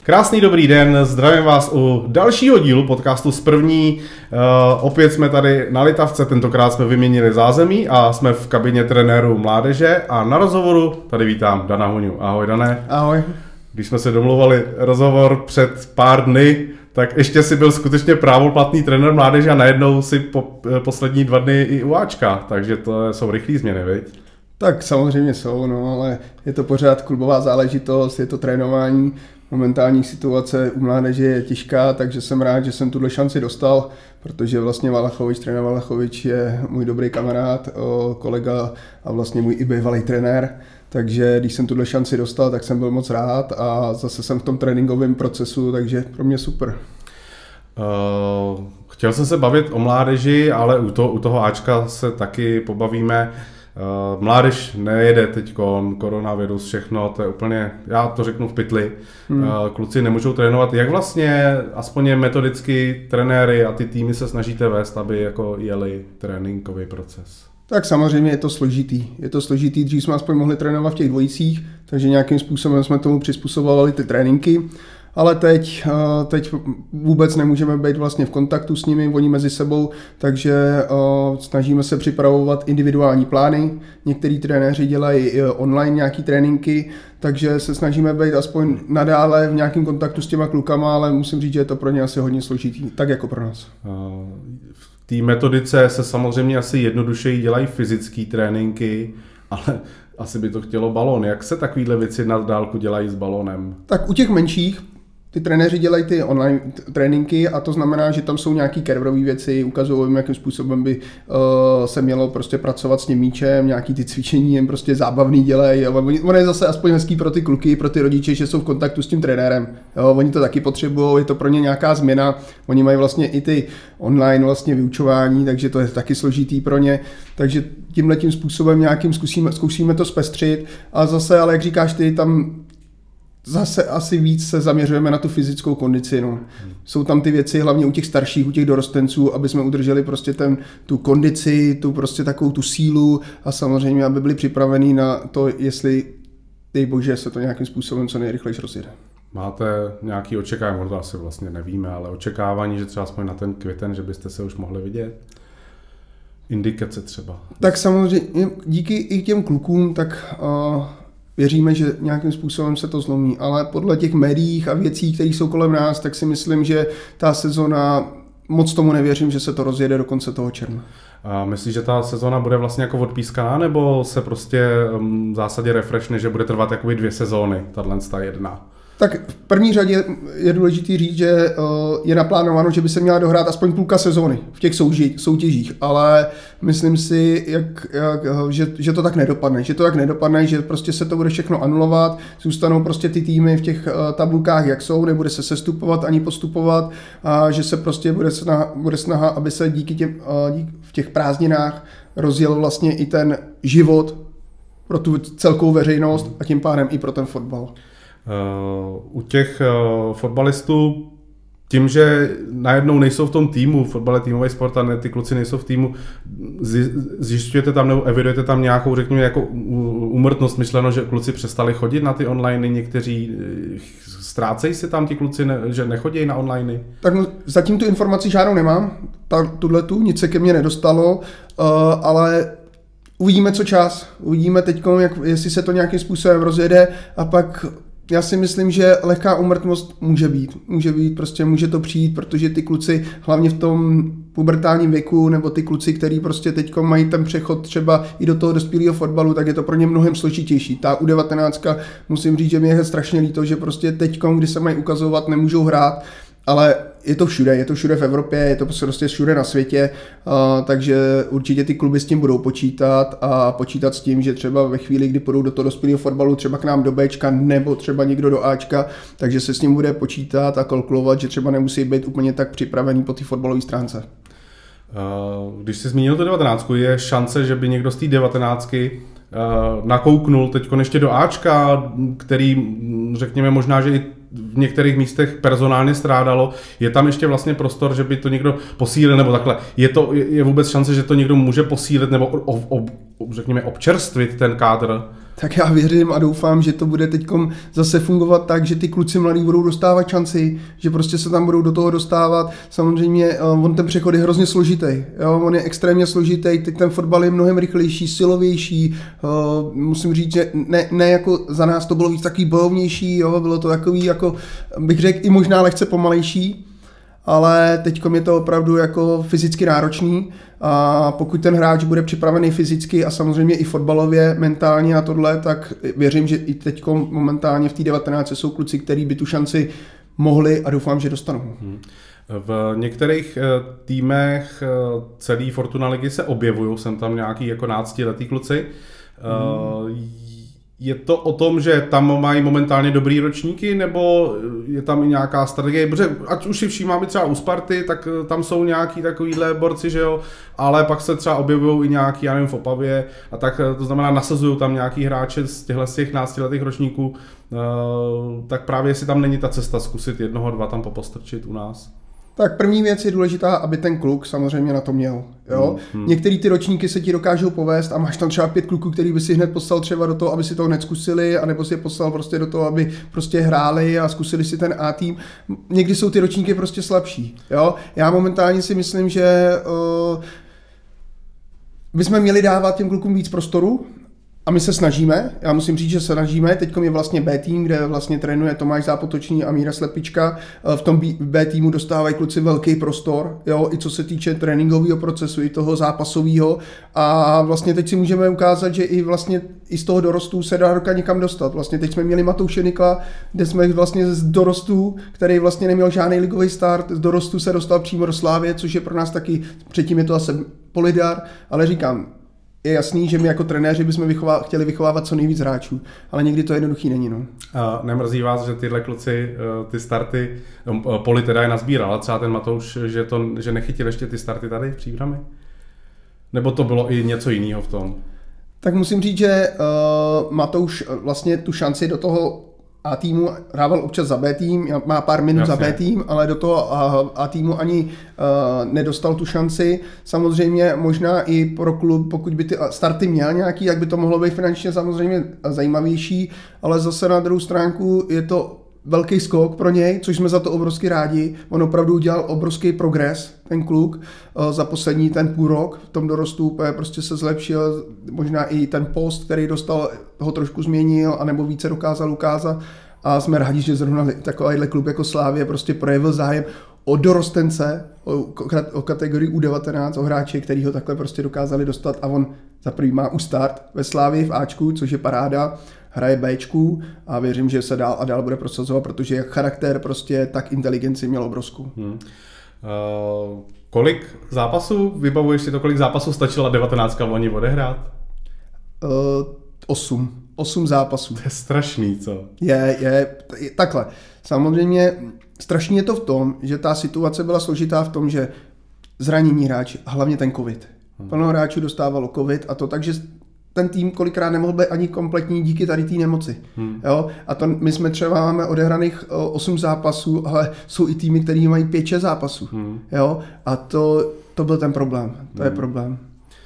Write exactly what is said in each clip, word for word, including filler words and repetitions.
Krásný dobrý den, zdravím vás u dalšího dílu podcastu z první. Uh, opět jsme tady na Litavce, tentokrát jsme vyměnili zázemí a jsme v kabině trenérů mládeže a na rozhovoru tady vítám Dana Huňu. Ahoj Dané. Ahoj. Když jsme se domluvali rozhovor před pár dny, tak ještě si byl skutečně právoplatný trenér mládeže a najednou si po, poslední dva dny i u Ačka, takže to jsou rychlé změny, viď? Tak samozřejmě jsou, no, ale je to pořád klubová záležitost, je to trénování. Momentální situace u mládeže je těžká, takže jsem rád, že jsem tuhle šanci dostal, protože vlastně Valachovič, trenér Valachovič je můj dobrý kamarád, kolega a vlastně můj i bývalý trenér. Takže když jsem tuhle šanci dostal, tak jsem byl moc rád a zase jsem v tom tréninkovém procesu, takže pro mě super. Uh, chtěl jsem se bavit o mládeži, ale u toho, u toho Ačka se taky pobavíme. Uh, mládež nejede teďkon, koronavirus, všechno, to je úplně, já to řeknu v pytli. Hmm. Uh, kluci nemůžou trénovat. Jak vlastně, aspoň metodicky, trenéry a ty týmy se snažíte vést, aby jako jeli tréninkový proces? Tak samozřejmě je to složitý. Je to složitý, dřív jsme aspoň mohli trénovat v těch dvojicích, takže nějakým způsobem jsme tomu přizpůsobovali ty tréninky. Ale teď, teď vůbec nemůžeme být vlastně v kontaktu s nimi, oni mezi sebou, takže snažíme se připravovat individuální plány. Některý trenéři dělají online nějaký tréninky, takže se snažíme být aspoň nadále v nějakém kontaktu s těma klukama, ale musím říct, že je to pro ně asi hodně složitý, tak jako pro nás. V té metodice se samozřejmě asi jednodušeji dělají fyzické tréninky, ale asi by to chtělo balón. Jak se takovýhle věci na dálku dělají s balónem? Tak u těch menších ty trenéři dělají ty online tréninky a to znamená, že tam jsou nějaký kerverové věci, ukazují jim, jakým způsobem by uh, se mělo prostě pracovat s tím míčem, nějaký ty cvičení jim prostě zábavný dělají. Ono je zase aspoň hezký pro ty kluky, pro ty rodiče, že jsou v kontaktu s tím trenérem. Jo, oni to taky potřebují, je to pro ně nějaká změna. Oni mají vlastně i ty online vlastně vyučování, takže to je taky složitý pro ně. Takže tímhletím způsobem nějakým zkusíme, zkusíme to zpestřit a zase, ale jak říkáš ty, tam zase asi víc se zaměřujeme na tu fyzickou kondici. No. Jsou tam ty věci, hlavně u těch starších, u těch dorostenců, aby jsme udrželi prostě ten, tu kondici, tu prostě takovou tu sílu a samozřejmě, aby byli připraveni na to, jestli, dej bože, se to nějakým způsobem co nejrychleji rozjede. Máte nějaké očekávání, možná asi vlastně nevíme, ale očekávání, že třeba aspoň na ten květen, že byste se už mohli vidět? Indikace třeba? Tak samozřejmě díky i těm klukům, tak uh, věříme, že nějakým způsobem se to zlomí, ale podle těch médiích a věcí, které jsou kolem nás, tak si myslím, že ta sezona, moc tomu nevěřím, že se to rozjede do konce toho června. A myslíš, že ta sezona bude vlastně jako odpískaná, nebo se prostě v zásadě refreshne, že bude trvat jakoby dvě sezóny, tato jedna? Tak v první řadě je důležité říct, že je naplánováno, že by se měla dohrát aspoň půlka sezóny v těch souži, soutěžích, ale myslím si, jak, jak, že, že to tak nedopadne, že to tak nedopadne, že prostě se to bude všechno anulovat, zůstanou prostě ty týmy v těch tabulkách, jak jsou, nebude se sestupovat ani postupovat a že se prostě bude snaha, bude snaha aby se díky těm, dík, v těch prázdninách rozjel vlastně i ten život pro tu celkovou veřejnost a tím pádem i pro ten fotbal. Uh, u těch uh, fotbalistů, tím, že najednou nejsou v tom týmu, fotbal je týmový sport a ne, ty kluci nejsou v týmu, zjišťujete tam nebo evidujete tam nějakou, řekněme, jako úmrtnost, myšleno, že kluci přestali chodit na ty online, někteří ztrácejí si tam ti kluci, ne, že nechodí na online? Tak no, zatím tu informaci žádnou nemám, tuhletu, nic se ke mně nedostalo, uh, ale uvidíme co čas, uvidíme teď, jak, jestli se to nějakým způsobem rozjede a pak já si myslím, že lehká úmrtnost může být. Může být, prostě může to přijít, protože ty kluci, hlavně v tom pubertálním věku, nebo ty kluci, kteří prostě teď mají ten přechod třeba i do toho dospělého fotbalu, tak je to pro ně mnohem složitější. Ta U devatenáct, musím říct, že mi je strašně líto, že prostě teď, kdy se mají ukazovat, nemůžou hrát, ale je to všude, je to všude v Evropě, je to prostě všude na světě, uh, takže určitě ty kluby s tím budou počítat a počítat s tím, že třeba ve chvíli, kdy půjdou do toho dospělého fotbalu, třeba k nám do Bčka nebo třeba někdo do Ačka, takže se s ním bude počítat a kalkulovat, že třeba nemusí být úplně tak připravený po té fotbalové stránce. Když jsi zmínil tu devatenáctku, je šance, že by někdo z té devatenáctky nakouknul teď ještě do Ačka, který, řekněme, možná, že i v některých místech personálně strádalo. Je tam ještě vlastně prostor, že by to někdo posílil, nebo takhle. Je, to, je vůbec šance, že to někdo může posílit, nebo o, o, řekněme občerstvit ten kádr? Tak já věřím a doufám, že to bude teďkom zase fungovat tak, že ty kluci mladí budou dostávat šanci, že prostě se tam budou do toho dostávat. Samozřejmě on ten přechod je hrozně složitý, jo? On je extrémně složitý, teď ten fotbal je mnohem rychlejší, silovější, uh, musím říct, že ne, ne jako za nás to bylo víc takový bojovnější, jo? Bylo to takový, jako bych řekl, i možná lehce pomalejší, ale teďkom je to opravdu jako fyzicky náročný a pokud ten hráč bude připravený fyzicky a samozřejmě i fotbalově, mentálně a tohle, tak věřím, že i teďkom momentálně v té devatenáctce jsou kluci, kteří by tu šanci mohli a doufám, že dostanou. V některých týmech celý Fortuna ligy se objevují, jsem tam nějaký jako náctiletý kluci. Hmm. Je to o tom, že tam mají momentálně dobrý ročníky, nebo je tam i nějaká strategie? Protože ať už si všímáme třeba u Sparty, tak tam jsou nějaký takovýhle borci, že jo, ale pak se třeba objevují i nějaký, já nevím, v Opavě, a tak to znamená nasazují tam nějaký hráče z těchhle z těch náctiletých ročníků, tak právě jestli tam není ta cesta zkusit jednoho, dva tam popostrčit u nás. Tak první věc je důležitá, aby ten kluk samozřejmě na to měl. Jo? Hmm, hmm. Některý ty ročníky se ti dokážou povést a máš tam třeba pět kluků, který by si hned poslal třeba do toho, aby si to hned zkusili, anebo si je poslal prostě do toho, aby prostě hráli a zkusili si ten A tým. Někdy jsou ty ročníky prostě slabší. Jo? Já momentálně si myslím, že uh, bychom měli dávat těm klukům víc prostoru. A my se snažíme, já musím říct, že se snažíme, teďkom je vlastně B tým, kde vlastně trénuje Tomáš Zápotočný a Míra Slepička, v tom B týmu dostávají kluci velký prostor, jo, i co se týče tréninkového procesu, i toho zápasového a vlastně teď si můžeme ukázat, že i vlastně i z toho dorostu se dá ruka někam dostat. Vlastně teď jsme měli Matouše Nikla, kde jsme vlastně z dorostu, který vlastně neměl žádný ligový start, z dorostu se dostal přímo do Slávie, což je pro nás taky, předtím je to asi Polydar, ale říkám, je jasný, že my jako trenéři bychom vychová, chtěli vychovávat co nejvíc hráčů, ale někdy to jednoduchý není. No. A nemrzí vás, že tyhle kluci, ty starty, no, Poli teda je nazbíral, ale třeba ten Matouš, že, to, že nechytil ještě ty starty tady v Příbrami? Nebo to bylo i něco jiného v tom? Tak musím říct, že uh, Matouš vlastně tu šanci do toho A týmu hrával občas za B tým, má pár minut Jasně. za B tým, ale do toho A, A týmu ani uh, nedostal tu šanci. Samozřejmě možná i pro klub, pokud by ty starty měl nějaký, jak by to mohlo být finančně samozřejmě zajímavější, ale zase na druhou stránku je to velký skok pro něj, což jsme za to obrovsky rádi. On opravdu udělal obrovský progres, ten kluk, za poslední ten půl rok v tom dorostu, prostě se zlepšil, možná i ten post, který dostal, ho trošku změnil, anebo více dokázal ukázat. A jsme rádi, že zrovna takovýhle klub jako Slávě prostě projevil zájem o dorostence, o, o kategorii U devatenáct, o hráče, který ho takhle prostě dokázali dostat a on za prvý má u start ve Slávii v Ačku, což je paráda, hraje Bčku a věřím, že se dál a dál bude prosazovat, protože jak charakter prostě, tak inteligenci měl obrovskou. Hmm. Uh, kolik zápasů, vybavuješ si to, kolik zápasů stačila devatenáctka loni odehrát? Uh, osm. Osm zápasů. To je strašný, co? Je, je, je, takhle. Samozřejmě strašný je to v tom, že ta situace byla složitá v tom, že zranění hráči, a hlavně ten covid. Hmm. Plno hráčů dostávalo covid a to, takže ten tým kolikrát nemohl být ani kompletní díky tady té nemoci. Hmm. Jo? A to my jsme třeba máme odehraných osm zápasů, ale jsou i týmy, který mají pět šest zápasů. Hmm. Jo? A to, to byl ten problém. To hmm. je problém.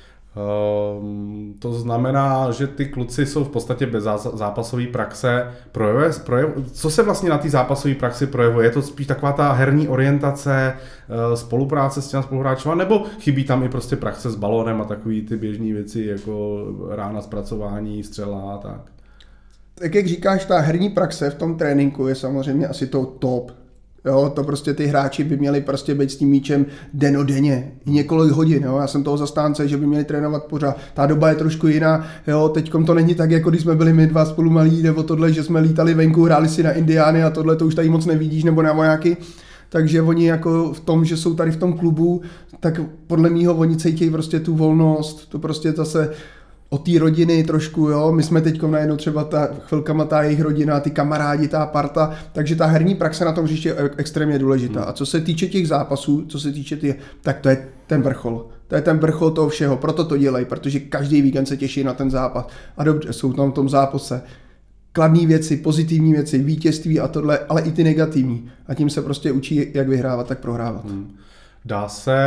Um, to znamená, že ty kluci jsou v podstatě bez zápasové praxe. Projevuje, projev, co se vlastně na té zápasové praxi projevuje? Je to spíš taková ta herní orientace, spolupráce s těmi spoluhráčima, nebo chybí tam i prostě praxe s balónem a takový ty běžné věci, jako rána zpracování, střela a tak? Tak jak říkáš, ta herní praxe v tom tréninku je samozřejmě asi to top. Jo, to prostě ty hráči by měli prostě být s tím míčem denodenně, několik hodin, jo. Já jsem toho zastánce, že by měli trénovat pořád. Ta doba je trošku jiná, jo, teďkom to není tak, jako když jsme byli my dva spolu malí, nebo tohle, že jsme lítali venku, hráli si na Indiány a tohle, to už tady moc nevidíš, nebo na vojáky. Takže oni jako v tom, že jsou tady v tom klubu, tak podle mýho oni cítí prostě tu volnost, to prostě zase o té rodiny trošku, jo, my jsme teďkom najednou třeba ta chvilkama ta jejich rodina, ty kamarádi, ta parta, takže ta herní praxe na tom hřišti je extrémně důležitá. A co se týče těch zápasů, co se týče těch, tak to je ten vrchol. To je ten vrchol toho všeho, proto to dělají, protože každý víkend se těší na ten zápas. A dobře, jsou tam v tom zápase kladné věci, pozitivní věci, vítězství a tohle, ale i ty negativní. A tím se prostě učí, jak vyhrávat, tak prohrávat. Hmm. Dá se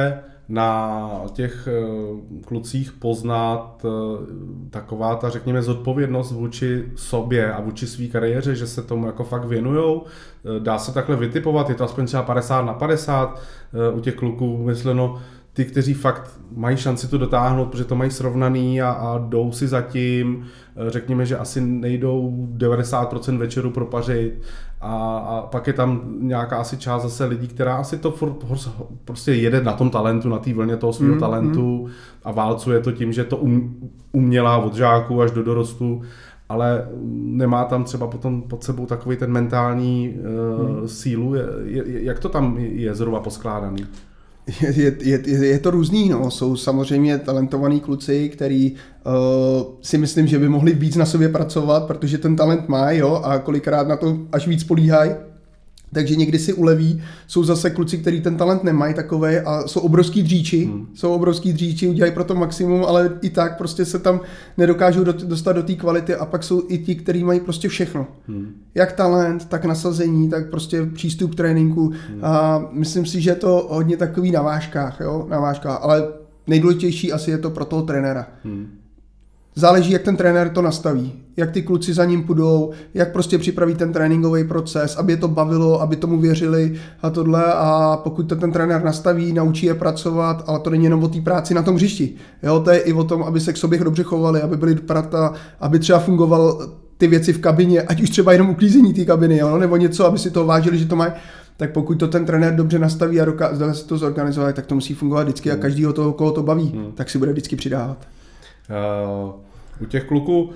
na těch klucích poznat taková ta, řekněme, zodpovědnost vůči sobě a vůči své kariéře, že se tomu jako fakt věnujou? Dá se takhle vytipovat, je to aspoň třeba padesát na padesát u těch kluků mysleno, ty, kteří fakt mají šanci to dotáhnout, protože to mají srovnaný a, a jdou si zatím, řekněme, že asi nejdou devadesát procent večeru propařit a, a pak je tam nějaká asi část zase lidí, která asi to furt, prostě jede na tom talentu, na té vlně toho svého mm, talentu mm. a válcuje to tím, že to um, umělá od žáků až do dorostu, ale nemá tam třeba potom pod sebou takový ten mentální uh, mm. sílu. Je, je, jak to tam je zhruba poskládaný? Je, je, je, je to různý, no. Jsou samozřejmě talentovaní kluci, který uh, si myslím, že by mohli víc na sobě pracovat, protože ten talent má, jo, a kolikrát na to až víc políhají. Takže někdy si uleví, jsou zase kluci, kteří ten talent nemají takovej a jsou obrovský dříči, hmm. jsou obrovský dříči, udělají pro to maximum, ale i tak prostě se tam nedokážou dostat do té kvality a pak jsou i ti, kteří mají prostě všechno. Hmm. Jak talent, tak nasazení, tak prostě přístup k tréninku hmm. a myslím si, že je to hodně takový na vážkách, jo, na vážkách, ale nejdůležitější asi je to pro toho trenéra. Hmm. Záleží, jak ten trenér to nastaví, jak ty kluci za ním půjdou, jak prostě připraví ten tréninkový proces, aby je to bavilo, aby tomu věřili a tohle a pokud to ten trenér nastaví, naučí je pracovat, ale to není jenom o té práci na tom hřišti. Jo, to je i o tom, aby se k sobě dobře chovali, aby byli prata, aby třeba fungoval ty věci v kabině, ať už třeba jenom uklízení té kabiny, jo, nebo něco, aby si to vážili, že to mají. Tak pokud to ten trenér dobře nastaví a dokáže se to zorganizovat, tak to musí fungovat vždycky a každýho toho, koho to baví, hmm. tak si bude vždycky přidávat. Uh, u těch kluků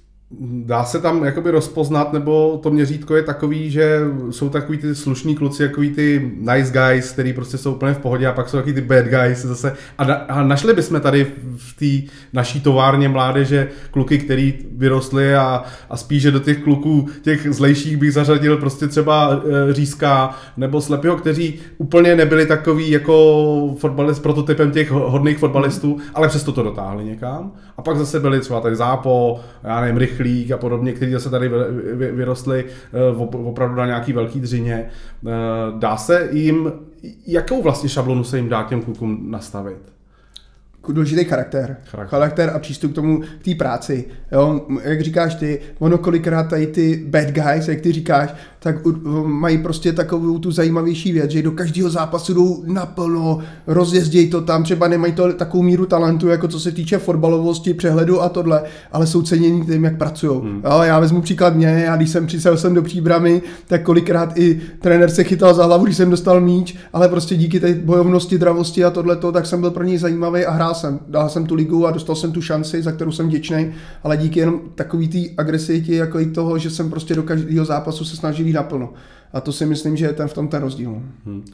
dá se tam jakoby rozpoznat, nebo to měřítko je takový, že jsou takový ty slušní kluci, takový ty nice guys, který prostě jsou úplně v pohodě a pak jsou takový ty bad guys zase. A, na, a našli bychom tady v té naší továrně mládeže kluky, který vyrostli a, a spíše do těch kluků, těch zlejších bych zařadil prostě třeba e, Řízka nebo Slepýho, kteří úplně nebyli takový jako fotbalist prototypem těch hodných fotbalistů, ale přesto to dotáhli někam. A pak zase byli třeba tak Zápo, já nevím, Rychlík a podobně, kteří zase tady vyrostli opravdu na nějaký velký dřině. Dá se jim, jakou vlastně šablonu se jim dá těm klukům nastavit? Důležitý charakter. charakter. Charakter a přístup k tomu, k té práci. Jo, jak říkáš ty, ono kolikrát tady ty bad guys, jak ty říkáš, tak mají prostě takovou tu zajímavější věc, že do každého zápasu jdou naplno, rozjezdějí to tam, třeba nemají to takovou míru talentu, jako co se týče fotbalovosti, přehledu a tohle, ale jsou cenění tím, jak pracují. Hmm. Jo, já vezmu příklad mě, já když jsem přišel sem do Příbramy, tak kolikrát i trenér se chytal za hlavu, když jsem dostal míč, ale prostě díky té bojovnosti, dravosti a tohleto, tak jsem byl pro něj zajímavý a hrál jsem. Dal jsem tu ligu a dostal jsem tu šanci, za kterou jsem vděčný, ale díky jenom takový té agresivitě, jako i toho, že jsem prostě do každého zápasu se snažil jít naplno. A to si myslím, že je ten v tom ten rozdíl. Hmm. Uh,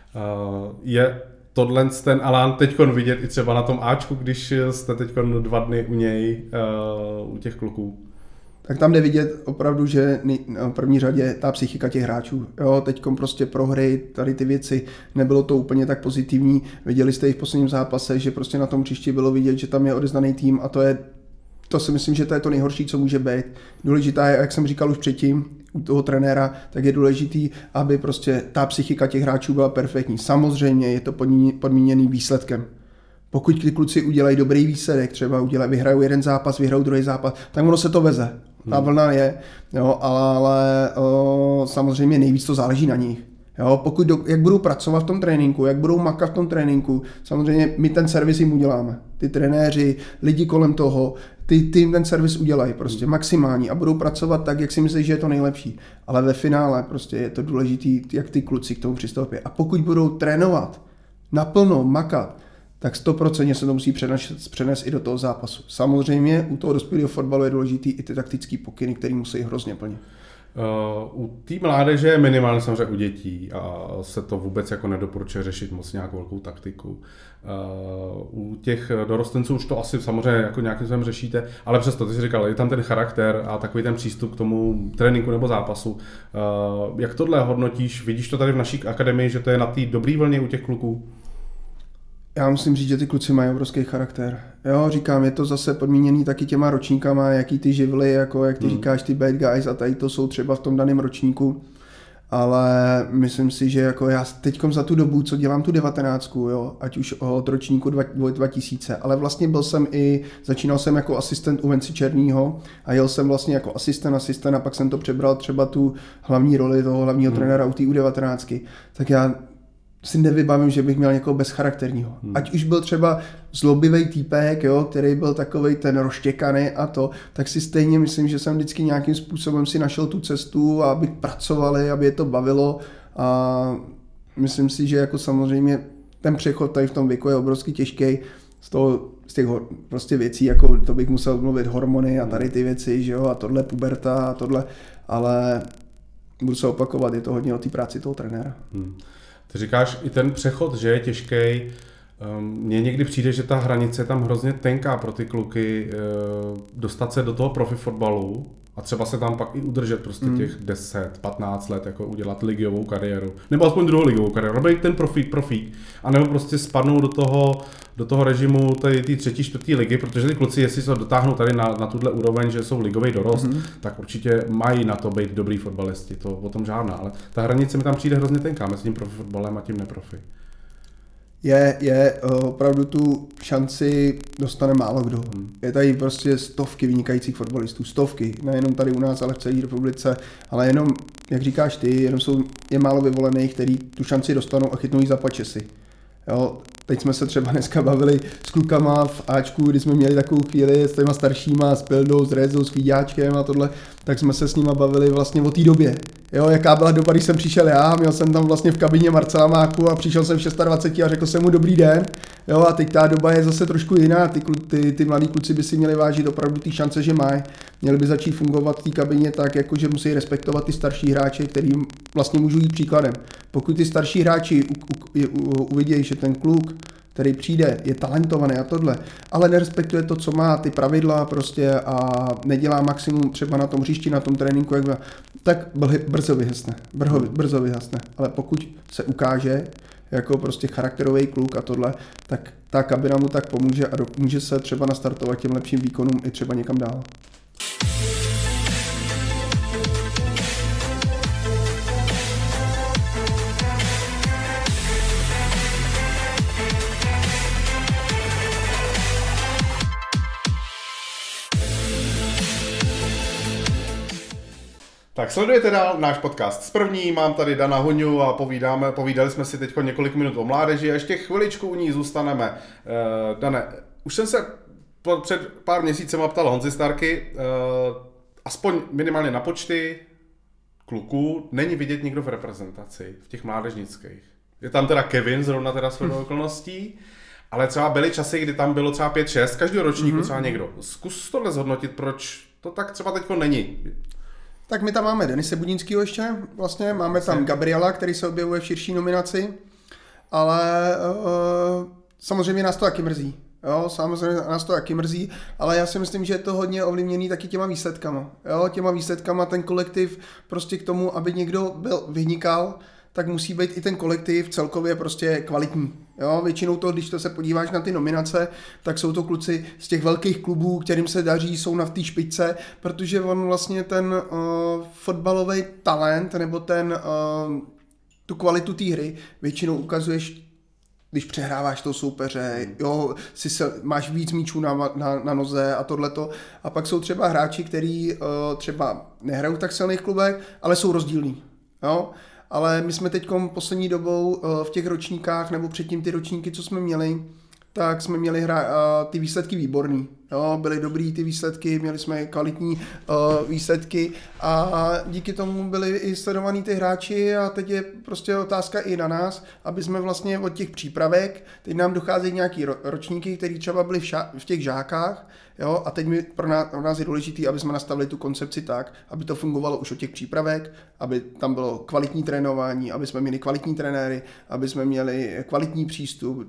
je tohle ten Alan teďkon vidět i třeba na tom Ačku, když jste teďkon dva dny u něj, uh, u těch kluků? Tak tam jde vidět opravdu, že v první řadě ta psychika těch hráčů. Jo, teďkom prostě prohry, tady ty věci, nebylo to úplně tak pozitivní. Viděli jste i v posledním zápase, že prostě na tom příště bylo vidět, že tam je odezdaný tým a to je, to si myslím, že to je to nejhorší, co může být. Důležitá je, jak jsem říkal už předtím, u toho trenéra, tak je důležitý, aby prostě ta psychika těch hráčů byla perfektní. Samozřejmě je to podmíněný výsledkem. Pokud ty kluci udělají dobrý výsledek, třeba udělají, vyhrajou jeden zápas, vyhrajou druhý zápas, tak ono se to veze. Ta vlna je, jo, ale, ale o, samozřejmě nejvíc to záleží na nich. Jo, pokud do, jak budou pracovat v tom tréninku, jak budou makat v tom tréninku, samozřejmě my ten servis jim uděláme. Ty trenéři, lidi kolem toho, ty, ty ten servis udělají prostě maximální a budou pracovat tak, jak si myslí, že je to nejlepší. Ale ve finále prostě je to důležitý, jak ty kluci k tomu přistoupí. A pokud budou trénovat, naplno makat, tak sto procent se to musí přenést, přenést i do toho zápasu. Samozřejmě u toho dospělého fotbalu je důležitý i ty taktické pokyny, které musí hrozně plnit. Uh, u té mládeže minimálně samozřejmě u dětí a se to vůbec jako nedoporučuje řešit moc nějakou velkou taktiku. Uh, u těch dorostenců už to asi samozřejmě jako nějakým způsobem řešíte, ale přesto, ty jsi říkal, je tam ten charakter a takový ten přístup k tomu tréninku nebo zápasu. Uh, jak tohle hodnotíš? Vidíš to tady v naší akademii, že to je na té dobrý vlně u těch kluků? Já musím říct, že ty kluci mají obrovský charakter. Jo, říkám, je to zase podmíněný taky těma ročníkama, jaký ty živly, jako jak ty hmm. říkáš, ty bad guys a tady to jsou třeba v tom daném ročníku. ale myslím si, že jako já teďkom za tu dobu, co dělám tu devatenáctku, jo, ať už od ročníku dva tisíce, ale vlastně byl jsem i, začínal jsem jako asistent u Venci Černýho a jel jsem vlastně jako asistent, asistent a pak jsem to přebral třeba tu hlavní roli toho hlavního hmm. trenéra u té U devatenáct, tak já si nevybavím, že bych měl někoho bezcharakterního. Hmm. Ať už byl třeba zlobivý týpek, jo, který byl takovej ten rozštěkaný a to, tak si stejně myslím, že jsem vždycky nějakým způsobem si našel tu cestu, aby pracovali, aby je to bavilo a myslím si, že jako samozřejmě ten přechod tady v tom věku je obrovský těžký z toho, z těch prostě věcí, jako to bych musel mluvit hormony a tady ty věci, že jo, a tohle puberta a tohle, ale budu se opakovat, je to hodně o té práci toho trenéra. Hmm. Ty říkáš i ten přechod, že je těžký. Mně někdy přijde, že ta hranice je tam hrozně tenká pro ty kluky dostat se do toho profi fotbalu a třeba se tam pak i udržet prostě mm. těch deset, patnáct let, jako udělat ligovou kariéru. Nebo aspoň druhou ligovou kariéru, robit ten profík, profík. A nebo prostě spadnou do toho, do toho režimu té třetí, čtvrtý ligy, protože ty kluci, jestli se dotáhnou tady na, na tuhle úroveň, že jsou ligový dorost, mm. tak určitě mají na to být dobrý fotbalisti, to o tom žádná. Ale ta hranice mi tam přijde hrozně tenká mezi tím profi fotbalem a tím neprofi. Je, je, opravdu tu šanci dostane málo kdo. Hmm. Je tady prostě stovky vynikajících fotbalistů, stovky, nejenom tady u nás, ale v celé republice, ale jenom, jak říkáš ty, jenom jsou, je málo vyvolených, kteří tu šanci dostanou a chytnou ji za pačesy. Jo, teď jsme se třeba dneska bavili s klukama v Ačku, kdy jsme měli takovou chvíli s těma staršíma, s Pildou, s Rézou, s Kvíďáčkem a tohle, tak jsme se s nima bavili vlastně o té době. Jo, jaká byla doba, když jsem přišel já, měl jsem tam vlastně v kabině Marcela Máku a přišel jsem v dvacet šest a řekl jsem mu dobrý den. Jo, a teď ta doba je zase trošku jiná, ty, ty, ty mladí kluci by si měli vážit opravdu ty šance, že mají. Měli by začít fungovat v té kabině tak, jako že musí respektovat ty starší hráče, kterým vlastně můžou jít příkladem. Pokud ty starší hráči u, u, u, uvidějí, že ten kluk, který přijde, je talentovaný a tohle, ale nerespektuje to, co má, ty pravidla prostě a nedělá maximum třeba na tom hřišti, na tom tréninku, jak tak brzo vyhasne, brzo, brzo vyhasne. Ale pokud se ukáže jako prostě charakterový kluk a tohle, tak ta kabina mu tak pomůže a může se třeba nastartovat těm lepším výkonům i třeba někam dál. Tak sledujete dál náš podcast. Z první mám tady Dana Huňu a povídáme, povídali jsme si teď několik minut o mládeži a ještě chviličku u ní zůstaneme. Uh, Dane, už jsem se před pár měsícema ptal Honzy Starky, uh, aspoň minimálně na počty kluků není vidět nikdo v reprezentaci, v těch mládežnických. Je tam teda Kevin, zrovna teda shodou okolností, ale třeba byly časy, kdy tam bylo třeba pět šest, každého ročníku mm-hmm. třeba někdo. Zkus tohle zhodnotit, proč to tak třeba teďko není. Tak my tam máme Denise Budínskýho ještě, vlastně máme tam Gabriela, který se objevuje v širší nominaci, ale uh, samozřejmě nás to taky mrzí. Jo, samozřejmě nás to taky mrzí, ale já si myslím, že je to hodně ovlivněný taky těma výsledkama. Jo, těma výsledkama ten kolektiv prostě k tomu, aby někdo byl vynikal, tak musí být i ten kolektiv celkově prostě kvalitní. Jo, většinou to, když to se podíváš na ty nominace, tak jsou to kluci z těch velkých klubů, kterým se daří, jsou na té špičce, protože on vlastně ten uh, fotbalový talent nebo ten, uh, tu kvalitu té hry většinou ukazuješ, když přehráváš toho soupeře, jo, si se, máš víc míčů na, na, na noze a tohleto. A pak jsou třeba hráči, kteří uh, třeba nehrajou v tak silných klubech, ale jsou rozdílní. Jo? Ale my jsme teď poslední dobou v těch ročníkách, nebo předtím ty ročníky, co jsme měli, tak jsme měli hra, ty výsledky výborný. Jo, byly dobrý ty výsledky, měli jsme kvalitní uh, výsledky a díky tomu byli i sledovaní ty hráči a teď je prostě otázka i na nás, aby jsme vlastně od těch přípravek, teď nám docházejí nějaký ro, ročníky, které třeba byly v, ša, v těch žákách, jo, a teď my, pro, nás, pro nás je důležité, aby jsme nastavili tu koncepci tak, aby to fungovalo už od těch přípravek, aby tam bylo kvalitní trénování, aby jsme měli kvalitní trenéry, aby jsme měli kvalitní přístup,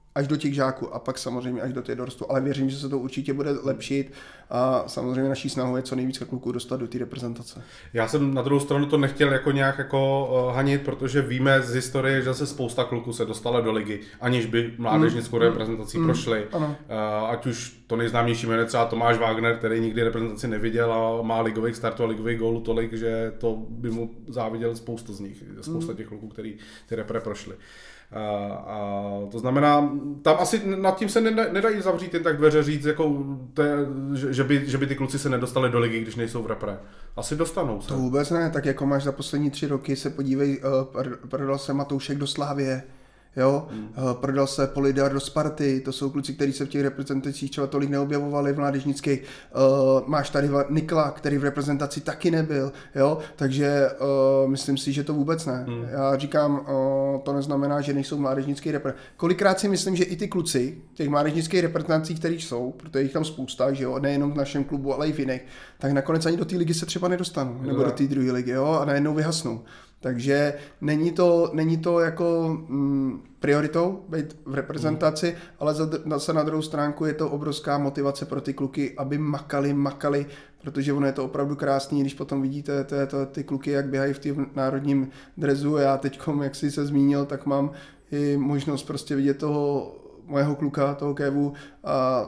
až do těch žáků a pak samozřejmě až do těch dorostu, ale věřím, že se to určitě bude lepšit a samozřejmě naší snahou je co nejvíc kluků dostat do té reprezentace. Já jsem na druhou stranu to nechtěl jako nějak jako uh, hanit, protože víme z historie, že se spousta kluků se dostala do ligy, aniž by mládežnickou mm, reprezentací mm, prošli. Uh, ať už to nejznámější jméno třeba Tomáš Wagner, který nikdy reprezentaci neviděl a má ligových startů a ligových gólů tolik, že to by mu záviděl spousta z nich, spousta těch kluků, který ty repre prošli. A, a to znamená, tam asi nad tím se nedá, nedají zavřít jen tak dveře říct, jako te, že, že, by, že by ty kluci se nedostali do ligy, když nejsou v repre. Asi dostanou se. To vůbec ne, tak jako máš za poslední tři roky, se podívej, uh, prodal se Matoušek do Slávie, jo, hmm. uh, prodal se Polidar do Sparty, to jsou kluci, kteří se v těch reprezentacích třeba tolik neobjevovali v mládežnických. Uh, máš tady Nikla, který v reprezentaci taky nebyl, jo, takže uh, myslím si, že to vůbec ne. Hmm. Já říkám, uh, to neznamená, že nejsou mládežnický reprezentaci. Kolikrát si myslím, že i ty kluci těch mládežnických reprezentací, který jsou, protože jich tam spousta, že jo, nejenom v našem klubu, ale i v jiných, tak nakonec ani do té ligy se třeba nedostanou, hmm. nebo do té druhé ligy, jo, a najednou vyhasnou. Takže není to, není to jako mm, prioritou být v reprezentaci, mm. ale zase na druhou stránku je to obrovská motivace pro ty kluky, aby makali, makali, protože ono je to opravdu krásný, když potom vidíte ty, ty, ty kluky, jak běhají v tom národním dresu. Já teď, jak jsi se zmínil, tak mám i možnost prostě vidět toho mojeho kluka, toho Kevu a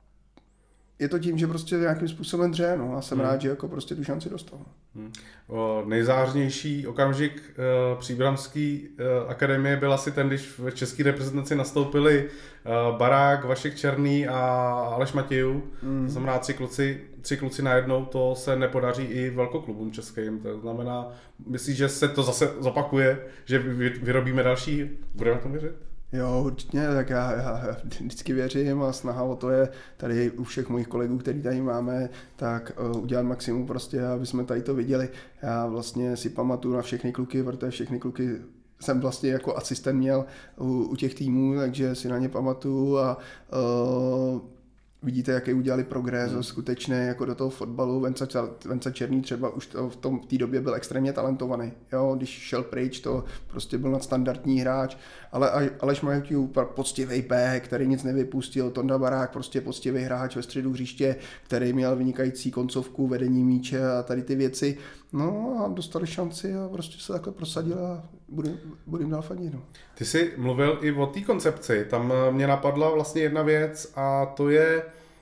je to tím, že prostě nějakým způsobem dře, no a jsem hmm. rád, že jako prostě tu šanci dostal. Hmm. O, nejzářnější okamžik uh, příbramský uh, akademie byl asi ten, když v české reprezentaci nastoupili uh, Barák, Vašek Černý a Aleš Matějů. Hmm. To znamená tři kluci, tři kluci najednou, to se nepodaří i velkoklubům českým. To znamená, myslíš, že se to zase zopakuje, že vyrobíme další? Budeme tomu věřit? Jo, určitě, tak já, já vždycky věřím a snaha o to je tady u všech mojich kolegů, který tady máme, tak uh, udělat maximum prostě, aby jsme tady to viděli. Já vlastně si pamatuju na všechny kluky, protože všechny kluky jsem vlastně jako asistent měl u, u těch týmů, takže si na ně pamatuju a uh, vidíte, jaký udělali progres hmm. skutečně jako do toho fotbalu. Venca, Venca Černý třeba už to, v tom v té době byl extrémně talentovaný. Jo, když šel pryč, to prostě byl nadstandardní hráč, ale Aleš Matějů poctivý pé, který nic nevypustil, Tonda Barák prostě poctivý hráč ve středu hřiště, který měl vynikající koncovku, vedení míče a tady ty věci. No a dostali šanci a prostě se takhle prosadil a budem, budem dál fandit. No. Ty jsi mluvil i o té koncepci, tam mě napadla vlastně jedna věc a to je,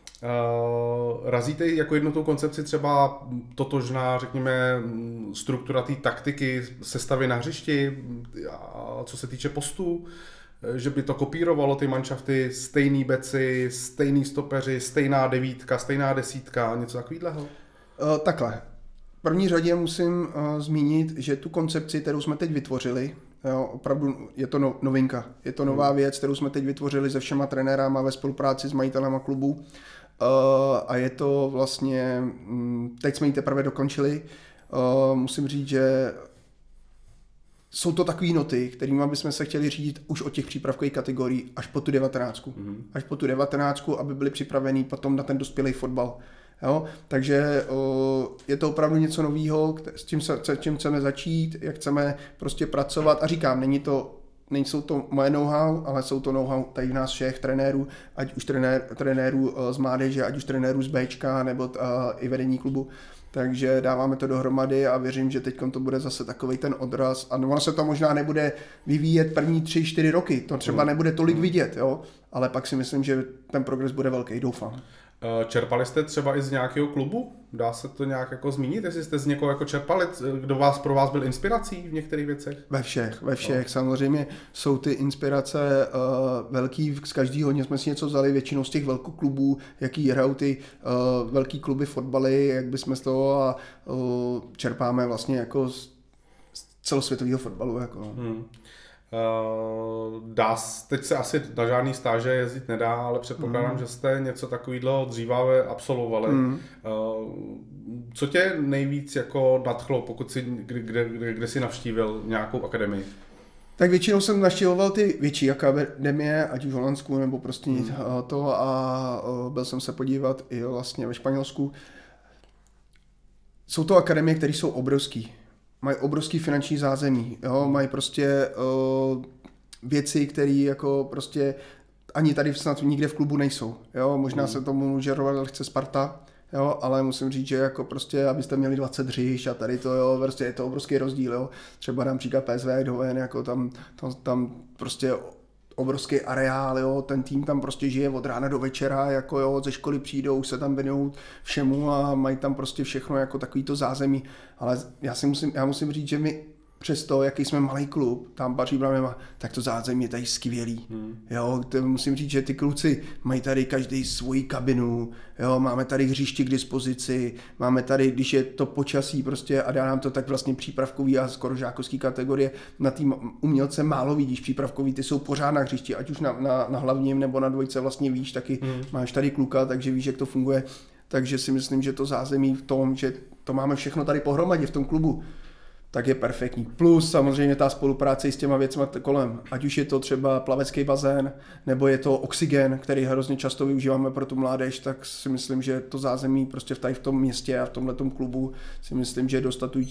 uh, razíte jako jednu tu koncepci třeba totožná, řekněme, struktura té taktiky, sestavy na hřišti, a co se týče postů, že by to kopírovalo ty manšafty, stejný beci, stejný stopeři, stejná devítka, stejná desítka, něco takového? Uh, takhle. V první řadě musím uh, zmínit, že tu koncepci, kterou jsme teď vytvořili, jo, opravdu je to no, novinka. Je to nová věc, kterou jsme teď vytvořili se všema trenérama ve spolupráci s majitelema klubu. Uh, a je to vlastně, um, teď jsme ji teprve dokončili. Uh, musím říct, že jsou to takové noty, kterými bychom se chtěli řídit už od těch přípravkových kategorií až po tu devatenáctku. Mm-hmm. Až po tu devatenáctku, aby byli připraveni potom na ten dospělý fotbal. Jo? Takže o, je to opravdu něco nového, s čím, se, s čím chceme začít, jak chceme prostě pracovat. A říkám, není to, nejsou to moje know-how, ale jsou to know-how tady nás všech trenérů, ať už trenér, trenérů z mládeže, ať už trenérů z Bčka, nebo a, i vedení klubu. Takže dáváme to dohromady a věřím, že teď to bude zase takovej ten odraz. A ono se to možná nebude vyvíjet první tři, čtyři roky, to třeba nebude tolik vidět, jo? Ale pak si myslím, že ten progres bude velký, doufám. Čerpali jste třeba i z nějakého klubu? Dá se to nějak jako zmínit, jestli jste z někoho jako čerpali, kdo vás pro vás byl inspirací v některých věcech? Ve všech, ve všech. No. Samozřejmě jsou ty inspirace uh, velký, z každého jsme si něco vzali, většinou z těch velkoklubů, jaký hrajou ty uh, velký kluby fotbaly, jak bychom z toho a uh, čerpáme vlastně jako z, z celosvětového fotbalu. Jako. Hmm. Uh, dá, teď se asi na žádný stáže jezdit nedá, ale předpokládám, mm. že jste něco takového dříve absolvovali. Mm. Uh, co tě nejvíc jako nadchlo, pokud si, kde, kde, kde jsi navštívil nějakou akademii? Tak většinou jsem navštěvoval ty větší akademie, ať už v Holandsku nebo prostě mm. to a byl jsem se podívat i vlastně ve Španělsku. Jsou to akademie, které jsou obrovský. Mají obrovský finanční zázemí, jo? Mají prostě uh, věci, které jako prostě ani tady snad nikde v klubu nejsou. Jo? Možná mm. se tomu může rovnat lehce Sparta, jo? Ale musím říct, že jako prostě, abyste měli dvacet hřišť a tady to, jo, prostě je to obrovský rozdíl. Jo? Třeba dám příklad P S V Eindhoven, jako tam, tam, tam prostě obrovský areál, jo, ten tým tam prostě žije od rána do večera, jako jo, ze školy přijdou, se tam věnují všemu a mají tam prostě všechno jako takovýto zázemí, ale já si musím, já musím říct, že my přesto, jaký jsme malý klub, tam patří Bramema, tak to zázemí je tady skvělý. Hmm. Jo, to musím říct, že ty kluci mají tady každý svoji kabinu, jo, máme tady hřiště k dispozici, máme tady, když je to počasí prostě a dá nám to tak vlastně přípravkový a skoro žákovský kategorie, na tým umělce málo vidíš, přípravkový, ty jsou pořád na hřišti, ať už na, na, na hlavním nebo na dvojce vlastně víš, taky hmm. máš tady kluka, takže víš, jak to funguje, takže si myslím, že to zázemí v tom, že to máme všechno tady pohromadě v tom klubu, tak je perfektní. Plus samozřejmě ta spolupráce s těma věcmi kolem. Ať už je to třeba plavecký bazén, nebo je to oxygen, který hrozně často využíváme pro tu mládež, tak si myslím, že to zázemí prostě tady v tom městě a v tomhletom klubu si myslím, že je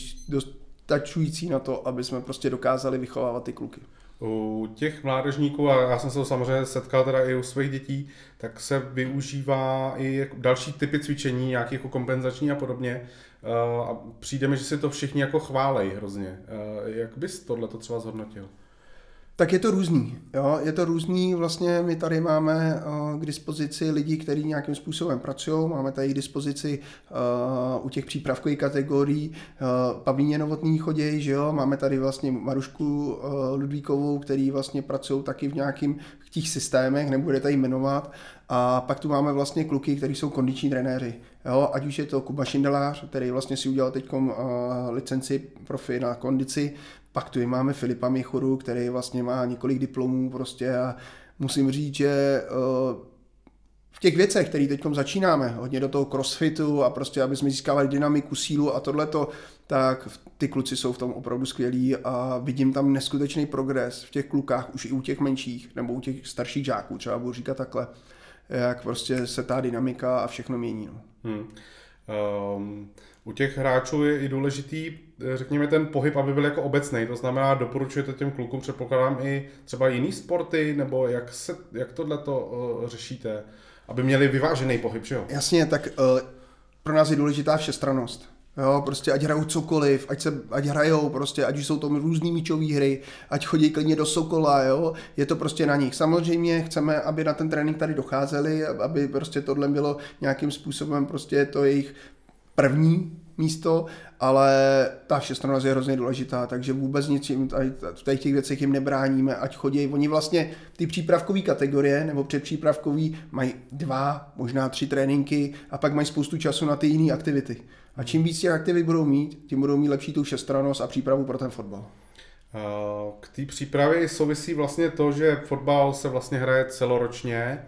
dostačující na to, aby jsme prostě dokázali vychovávat ty kluky. U těch mládežníků, a já jsem se to samozřejmě setkal teda i u svých dětí, tak se využívá i další typy cvičení, nějaké jako kompenzační a podobně. A přijde mi, že si to všichni jako chválej hrozně. Jak bys tohleto třeba zhodnotil? Tak je to různý, jo? Je to různý, vlastně my tady máme uh, k dispozici lidi, kteří nějakým způsobem pracují, máme tady k dispozici uh, u těch přípravkových kategorií uh, Pavlíně Novotný choděj, že jo? Máme tady vlastně Marušku uh, Ludvíkovou, který vlastně pracují taky v nějakých těch systémech, nebude tady jmenovat, a pak tu máme vlastně kluky, kteří jsou kondiční trenéři, jo? Ať už je to Kuba Šindelář, který vlastně si udělal teď uh, licenci profi na kondici. Pak tu máme Filipa Michuru, který vlastně má několik diplomů prostě a musím říct, že v těch věcech, které teď začínáme, hodně do toho crossfitu a prostě, aby jsme získávali dynamiku, sílu a tohleto, tak ty kluci jsou v tom opravdu skvělí a vidím tam neskutečný progres v těch klukách, už i u těch menších nebo u těch starších žáků, třeba budu říkat takhle, jak prostě se ta dynamika a všechno mění. No. Hmm. Um, u těch hráčů je i důležitý, řekněme, ten pohyb, aby byl jako obecný. To znamená, doporučujete těm klukům, předpokládám, i třeba jiný sporty, nebo jak, se, jak tohleto uh, řešíte, aby měli vyvážený pohyb, že jo? Jasně, tak uh, pro nás je důležitá všestrannost. Jo, prostě ať hrajou cokoliv, ať, se, ať hrajou, prostě, ať už jsou to různý míčové hry, ať chodí klidně do Sokola, jo, je to prostě na nich. Samozřejmě chceme, aby na ten trénink tady docházeli, aby prostě tohle bylo nějakým způsobem prostě to jejich první místo, ale ta všestrannost je hrozně důležitá, takže vůbec nic jim tady, v těch věcech jim nebráníme, ať chodí. Oni vlastně ty přípravkové kategorie nebo předpřípravkový mají dva, možná tři tréninky a pak mají spoustu času na ty jiné aktivity. A čím víc těch aktivit budou mít, tím budou mít lepší tu všestrannost a přípravu pro ten fotbal. K té přípravě souvisí vlastně to, že fotbal se vlastně hraje celoročně.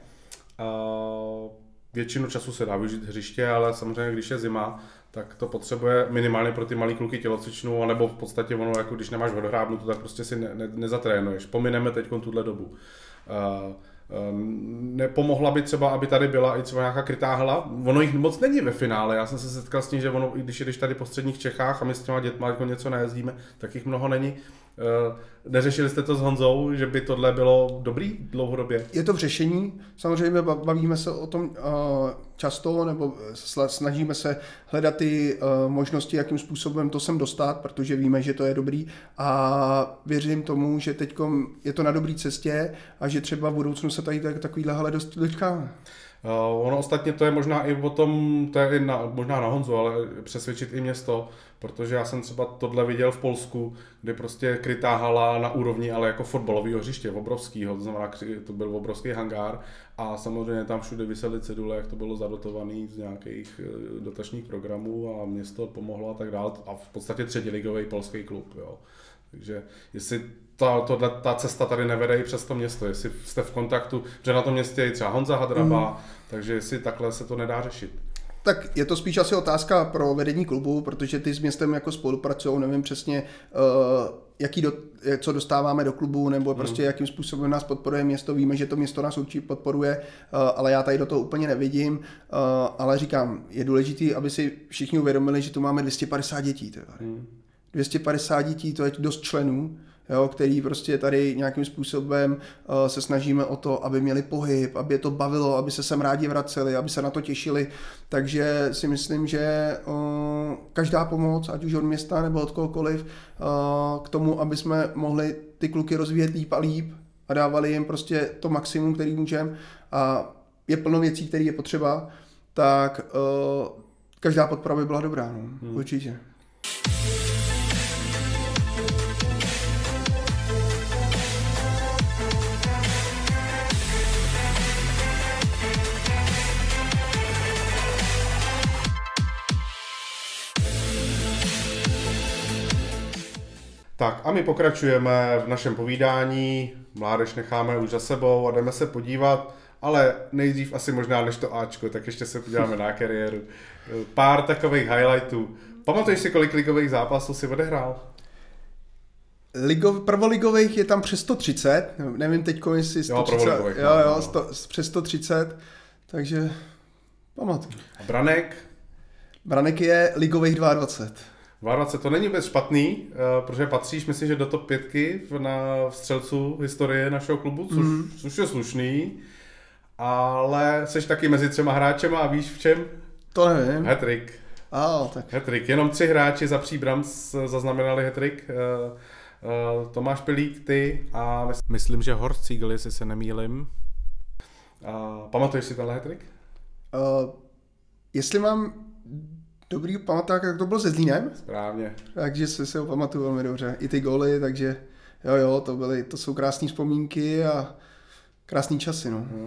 Většinu času se dá využít hřiště, ale samozřejmě, když je zima, tak to potřebuje minimálně pro ty malý kluky tělocvičnu, nebo v podstatě ono, jako když nemáš vodohrábnutu, tak prostě si ne, ne, nezatrénuješ. Pomineme teď tuhle dobu. Uh, Nepomohla by třeba, aby tady byla i třeba nějaká krytá hala. Ono jich moc není ve finále. Já jsem se setkal s tím, že ono, když jdeš tady po středních Čechách a my s těma dětma jako něco nejezdíme, tak jich mnoho není. Neřešili jste to s Honzou, že by tohle bylo dobrý dlouhodobě? Je to v řešení. Samozřejmě bavíme se o tom často, nebo snažíme se hledat ty možnosti, jakým způsobem to sem dostat, protože víme, že to je dobrý a věřím tomu, že teď je to na dobré cestě a že třeba v budoucnu se tady takovýhle hale dočkáme. Uh, ono ostatně to je možná i o tom, to je i na, možná na Honzu, ale přesvědčit i město, protože já jsem třeba tohle viděl v Polsku, kde prostě krytá hala na úrovni, ale jako fotbalového hřiště, obrovskýho, to znamená, to byl obrovský hangár a samozřejmě tam všude visely cedule, jak to bylo zadotované z nějakých dotačních programů a město pomohlo a tak dále a v podstatě třetiligový polský klub, jo. Takže jestli ta, tohle, ta cesta tady nevede i přes to město, jestli jste v kontaktu, že na tom městě je třeba Honza Hadraba, mm. takže jestli takhle se to nedá řešit. Tak je to spíš asi otázka pro vedení klubu, protože ty s městem jako spolupracují, nevím přesně, uh, jaký do, co dostáváme do klubu, nebo prostě mm. jakým způsobem nás podporuje město. Víme, že to město nás určitě podporuje, uh, ale já tady do toho úplně nevidím. Uh, ale říkám, je důležité, aby si všichni uvědomili, že tu máme dvě stě padesát dětí. Mm. dvě stě padesát dětí, to je dost členů jo, který prostě tady nějakým způsobem uh, se snažíme o to, aby měli pohyb, aby je to bavilo, aby se sem rádi vraceli, aby se na to těšili. Takže si myslím, že uh, každá pomoc, ať už od města nebo od kohokoliv, uh, k tomu, aby jsme mohli ty kluky rozvíjet líp a líp a dávali jim prostě to maximum, který můžeme, a je plno věcí, které je potřeba, tak uh, každá podpora by byla dobrá, no, hmm. určitě. Tak a my pokračujeme v našem povídání, mládež necháme už za sebou a jdeme se podívat, ale nejdřív asi možná než to Ačko, tak ještě se podíváme na kariéru. Pár takových highlightů. Pamatuješ si, kolik ligových zápasů si odehrál? Ligov, prvoligových je tam přes sto třicet, nevím teď, jestli sto třicet, jo, jo, jo, sto, přes sto třicet, takže pamatuju. A branek? Branek je ligových dvacet dva. dvacet dva, to není vůbec špatný, protože patříš, myslím, že do top pětky na střelců historie našeho klubu, což, mm. což je slušný, ale jsi taky mezi třema hráčema a víš v čem? To nevím. Hat-trick. Ah, tak. Hat-trick. Jenom tři hráči za Příbram zaznamenali hat-trick. Tomáš Pilík, ty a myslím, že Horst Siegel, jestli se nemýlim. Pamatuješ si tenhle hat-trick? Uh, jestli mám dobrý pamaták, tak to bylo se Zlínem. Správně. Takže se, se ho pamatuju velmi dobře. I ty góly, takže jo, jo, to byly, to jsou krásné vzpomínky a krásný časy, no. Hmm. Uh,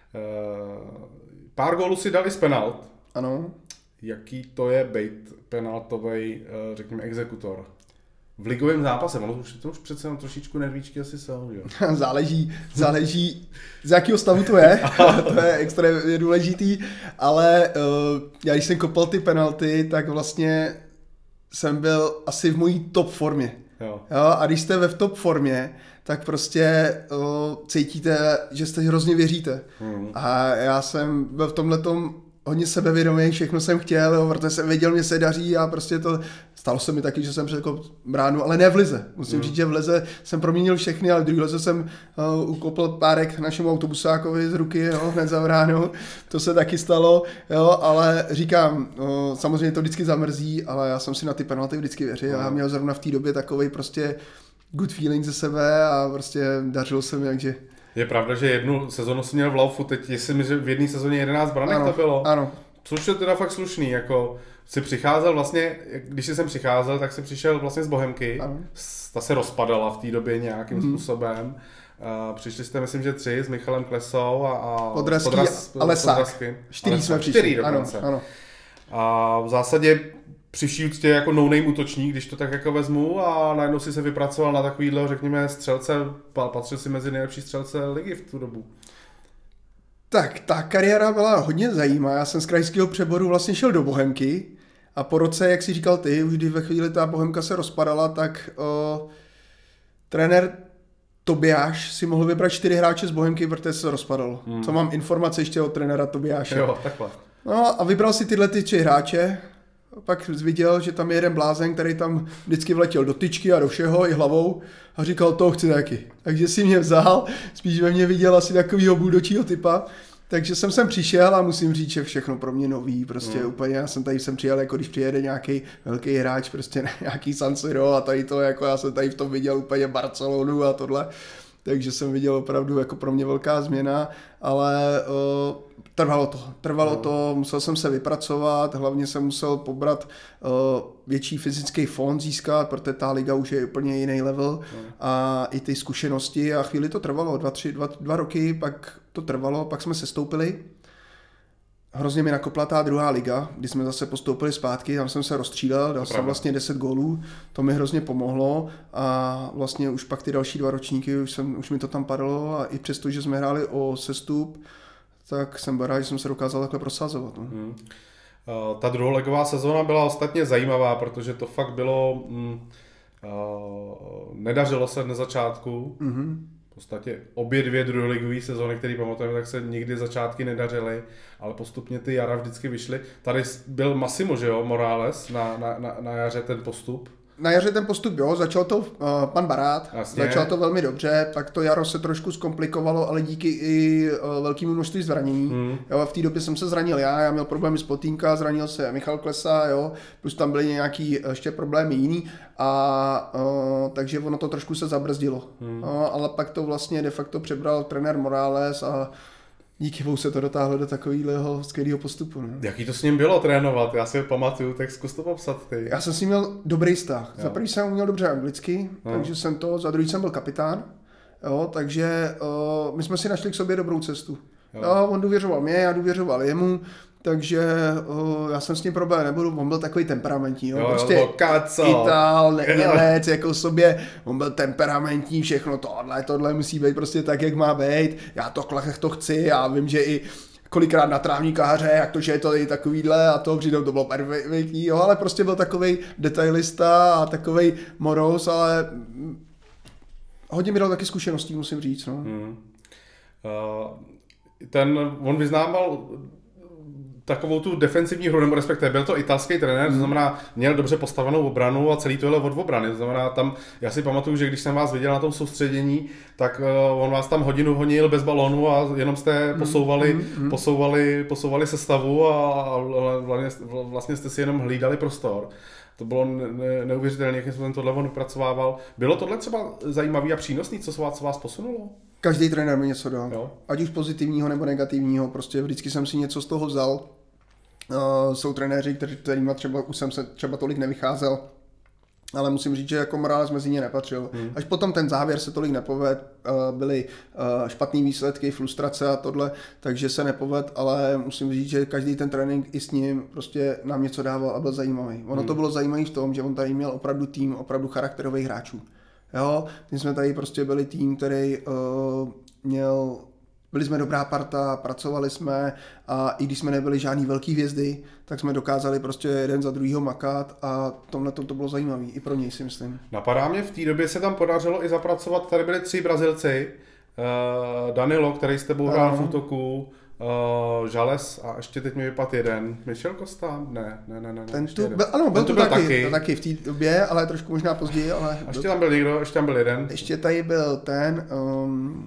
pár gólů si dali z penalt. Ano. Jaký to je být penaltovej, uh, řekněme, exekutor? V ligovém zápase, ono už, to už přece jenom trošičku nervíčky asi jsou, jo? záleží, záleží, z jakého stavu to je, to je extrémně důležitý, ale uh, já když jsem kopal ty penalty, tak vlastně jsem byl asi v mojí top formě. Jo. Jo, a když jste ve v top formě, tak prostě uh, cítíte, že jste hrozně věříte. Hmm. A já jsem byl v tomhletom hodně sebevědomý, všechno jsem chtěl, jo, protože jsem věděl, mě se daří a prostě to stalo se mi taky, že jsem překopl bránu, ale ne v lize. Musím mm. říct, že v lize jsem proměnil všechny, ale v druhé lize jsem uh, ukopl párek našemu autobusákovi z ruky, jo, hned za bránu. To se taky stalo, jo, ale říkám, uh, samozřejmě to vždycky zamrzí, ale já jsem si na ty penalty vždycky věřil. Mm. Já měl zrovna v té době takovej prostě good feeling ze sebe a prostě dařilo se mi, takže... Je pravda, že jednu sezonu jsem měl v laufu, teď jestli mi, že v jedné sezóně jedenáct branek ano, to bylo. Ano. Což je teda fakt slušný, jako si přicházel vlastně, když jsem přicházel, tak si přišel vlastně z Bohemky, ano. Ta se rozpadala v té době nějakým mm. způsobem. Uh, přišli jste, myslím, že tři s Michalem Klesou a, a Podrazký a Lesák. Čtyři jsme přišli. Čtyři dokonce. Ano, ano. A v zásadě přišli úctě jako no-name útočník, když to tak jako vezmu, a najednou si se vypracoval na takovýhle, řekněme, střelce, patřil si mezi nejlepší střelce ligy v tu dobu. Tak, ta kariéra byla hodně zajímavá. Já jsem z krajského přeboru vlastně šel do Bohemky a po roce, jak si říkal ty, už když ve chvíli ta Bohemka se rozpadala, tak o, trenér Tobiáš si mohl vybrat čtyři hráče z Bohemky, protože se rozpadalo. Hmm. Co mám informace ještě od trenéra Tobiáše. Jo, takhle. No a vybral si tyhle ty tři hráče. Pak viděl, že tam je jeden blázen, který tam vždycky vletěl do tyčky a do všeho i hlavou a říkal, to chci taky. Takže si mě vzal, spíš ve mně viděl asi takovýho buldočího typa. Takže jsem sem přišel a musím říct, že všechno pro mě nový, prostě mm. úplně, já jsem tady sem přijel, jako když přijede nějaký velký hráč, prostě nějaký San Siro a tady to, jako já jsem tady v tom viděl úplně Barcelonu a tohle. Takže jsem viděl opravdu jako pro mě velká změna, ale uh, trvalo to. Trvalo no. to, musel jsem se vypracovat, hlavně jsem musel pobrat uh, větší fyzický fond získat, protože ta liga už je úplně jiný level no. a i ty zkušenosti a chvíli to trvalo, dva, tři, dva, dva roky, pak to trvalo, pak jsme sestoupili. Hrozně mi nakopla ta druhá liga, kdy jsme zase postoupili zpátky, tam jsem se rozstřídal, dal jsem vlastně deset gólů, to mi hrozně pomohlo a vlastně už pak ty další dva ročníky, už, jsem, už mi to tam padalo a i přesto, že jsme hráli o sestup, tak jsem byl rád, že jsem se dokázal takhle prosazovat. No. Hmm. Uh, ta druholigová sezóna byla ostatně zajímavá, protože to fakt bylo, mm, uh, nedařilo se na začátku, mm-hmm. V podstatě obě dvě druholigové sezóny, které pamatujeme, tak se nikdy začátky nedařily, ale postupně ty jara vždycky vyšly. Tady byl Massimo, že jo, Morales na, na, na, na jaře ten postup. na jaře ten postup, jo, začal to uh, pan Barát, Jasně. začal to velmi dobře, pak to jaro se trošku zkomplikovalo, ale díky i uh, velkému množství zranění. Hmm. Jo, v té době jsem se zranil já, já měl problémy s Potýnka, zranil se Michal Klesa, jo, plus tam byly nějaký ještě problémy jiný, a uh, takže ono to trošku se zabrzdilo. Hmm. No, ale pak to vlastně de facto přebral trenér Morales a díky bohu se to dotáhlo do takového skvělého postupu. Ne? Jaký to s ním bylo trénovat? Já si pamatuju, tak zkus to popsat ty. Já jsem s ním měl dobrý vztah. Jo. Za první jsem uměl dobře anglicky, no. takže jsem to, za druhý jsem byl kapitán, jo, takže uh, my jsme si našli k sobě dobrou cestu. Jo. Jo, on důvěřoval mě, já důvěřoval jemu, takže uh, já jsem s ním problém nebudu, on byl takový temperamentní, jo, jo prostě jo, Ital, Němec, jako sobě, on byl temperamentní, všechno tohle, tohle musí být prostě tak, jak má být, já to, to chci, já vím, že i kolikrát na trávníka haře, jak to, že je to i takovýhle a to přitom to bylo perfektní, jo, ale prostě byl takovej detailista a takovej moros, ale hodně mi dal taky zkušeností, musím říct, no. Hmm. Uh... Ten, on vyznával takovou tu defensivní hru, nebo respektive byl to italský trenér, mm. to znamená, měl dobře postavenou obranu a celý tohle od obrany, to znamená, tam, já si pamatuju, že když jsem vás viděl na tom soustředění, tak uh, on vás tam hodinu honil bez balónu a jenom jste posouvali, mm. Mm. posouvali, posouvali sestavu a, a vlastně, vlastně jste si jenom hlídali prostor. To bylo ne, neuvěřitelné, jakým způsobem tohle on upracovával. Bylo tohle třeba zajímavý a přínosný, co se vás, co vás posunulo? Každý trenér mi něco dal. Jo. Ať už pozitivního nebo negativního, prostě vždycky jsem si něco z toho vzal. Uh, jsou trenéři, kteří, kterýma třeba už jsem se třeba tolik nevycházel, ale musím říct, že jako Morales mezi ně nepatřil. Hmm. Až potom ten závěr se tolik nepoved, uh, byly uh, špatný výsledky, frustrace a tohle, takže se nepoved, ale musím říct, že každý ten trénink i s ním prostě nám něco dával a byl zajímavý. Ono hmm. to bylo zajímavé v tom, že on tady měl opravdu tým, opravdu charakterových hráčů. Jo, my jsme tady prostě byli tým, který uh, měl, byli jsme dobrá parta, pracovali jsme a i když jsme nebyli žádný velký hvězdy, tak jsme dokázali prostě jeden za druhýho makat a tomhle to bylo zajímavé i pro něj, si myslím. Napadá mě, v té době se tam podařilo i zapracovat, tady byli tři Brazilci, uh, Danilo, který s tebou hrál v útoku, Uh, Žales a ještě teď mi vypadl jeden. Michel Costa? Ne, ne, ne, ne. Ten tu byl, ano, byl, tu byl taky, taky. taky v té době, ale trošku možná později. Ale a ještě tam byl někdo, ještě tam byl jeden. Ještě tady byl ten, um,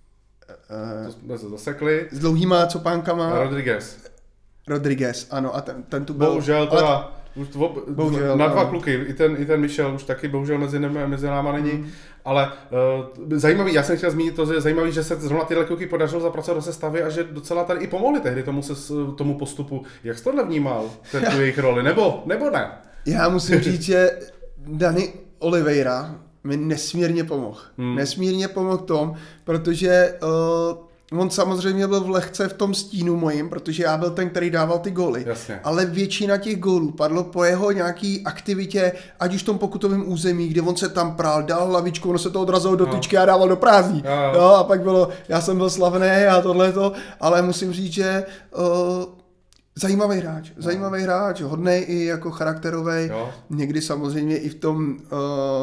uh, to jsme se zasekli. S dlouhýma copánkama. Rodriguez. Rodriguez, ano, a ten, ten tu byl. Bohužel teda, ale... už dvo, bohužel, na dva ano. kluky, i ten, i ten Michel už taky bohužel mezi, mezi náma není, hmm. ale uh, zajímavý, já jsem chtěl zmínit to, že je zajímavý, že se zrovna tyhle kluky podařilo zapracovat do sestavy a že docela tady i pomohli tehdy tomu, se, tomu postupu. Jak jsi tohle vnímal, ten tu jejich roli, nebo, nebo ne? Já musím říct, že Dani Oliveira mi nesmírně pomohl. Hmm. Nesmírně pomohl tom, protože uh, on samozřejmě byl v lehce v tom stínu mojím, protože já byl ten, který dával ty góly. Jasně. Ale většina těch gólů padlo po jeho nějaký aktivitě, ať už v tom pokutovém území, kde on se tam prál, dal hlavičku, ono se to odrazilo do tyčky a dával do prázdní. Jo, jo. No, a pak bylo, já jsem byl slavný a tohleto, ale musím říct, že uh, zajímavý hráč, no. zajímavý hráč, hodnej i jako charakterový. Někdy samozřejmě i v tom, uh,